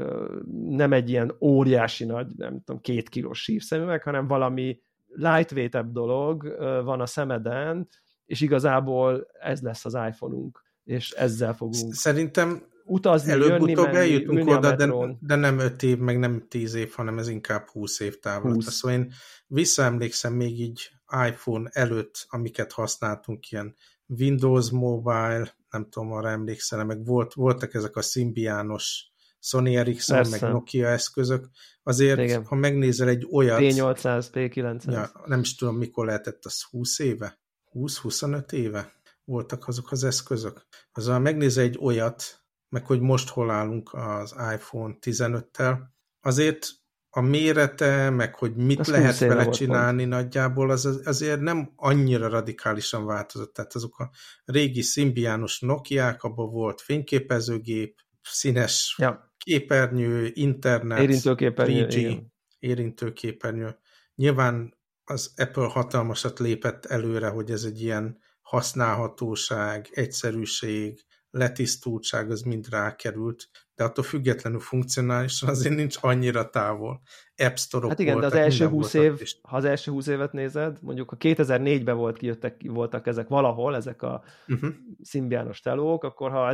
nem egy ilyen óriási nagy, nem tudom, 2 kilós sívszemüveg, hanem valami lightweight-ebb dolog van a szemeden, és igazából ez lesz az iPhone-unk, és ezzel fogunk szerintem utazni, előbb-utóbb menni, eljutunk oda, de nem 5 év, meg nem 10 év, hanem ez inkább 20 év távlata. Szóval én visszaemlékszem még így iPhone előtt, amiket használtunk, ilyen Windows Mobile, nem tudom, arra emlékszel, meg voltak ezek a szimbiános Sony Ericsson, meg Nokia eszközök. Azért, igen, ha megnézel egy olyat... P800, P900. Ja, nem is tudom, mikor lehetett az 20 éve? 20-25 éve voltak azok az eszközök. Azon megnézel egy olyat, meg hogy most hol állunk az iPhone 15-tel, azért a mérete, meg hogy mit az lehet vele csinálni pont. Nagyjából, azért nem annyira radikálisan változott. Tehát azok a régi szimbiános Nokiák, abban volt fényképezőgép, színes képernyő, internet, érintőképernyő, 3G, érintőképernyő. Nyilván az Apple hatalmasat lépett előre, hogy ez egy ilyen használhatóság, egyszerűség, letisztultság, az mind rákerült, de attól függetlenül funkcionálisan azért nincs annyira távol. App Store-ok hát igen, voltak, de az első 20 év, ha az első 20 évet nézed, mondjuk ha 2004-ben voltak ezek valahol, ezek a szimbiános telók, akkor ha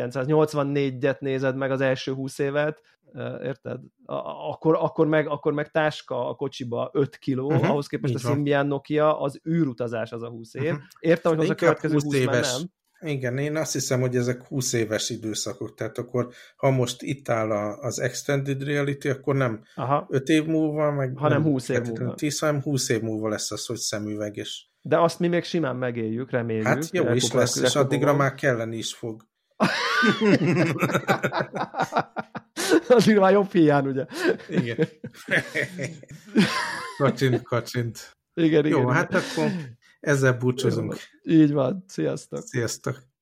1984-et nézed meg az első 20 évet, érted? Akkor meg táska a kocsiba 5 kiló, ahhoz képest a szimbián Nokia az űrutazás az a 20 év. Értem, hogy az a következő 20 éves. Nem. Igen, én azt hiszem, hogy ezek 20 éves időszakok, tehát akkor, ha most itt áll az Extended Reality, akkor nem 5 év múlva, meg hanem 20 év múlva. 10, hanem 20 év múlva lesz az, hogy szemüveg, és De azt mi még simán megéljük, reméljük. Hát jó is lesz, és addigra már kelleni is fog. Addigra már jobb hiány, ugye? Igen. Kacsint. Igen. Jó, hát akkor ezzel búcsúzunk. Így van. Sziasztok. Sziasztok.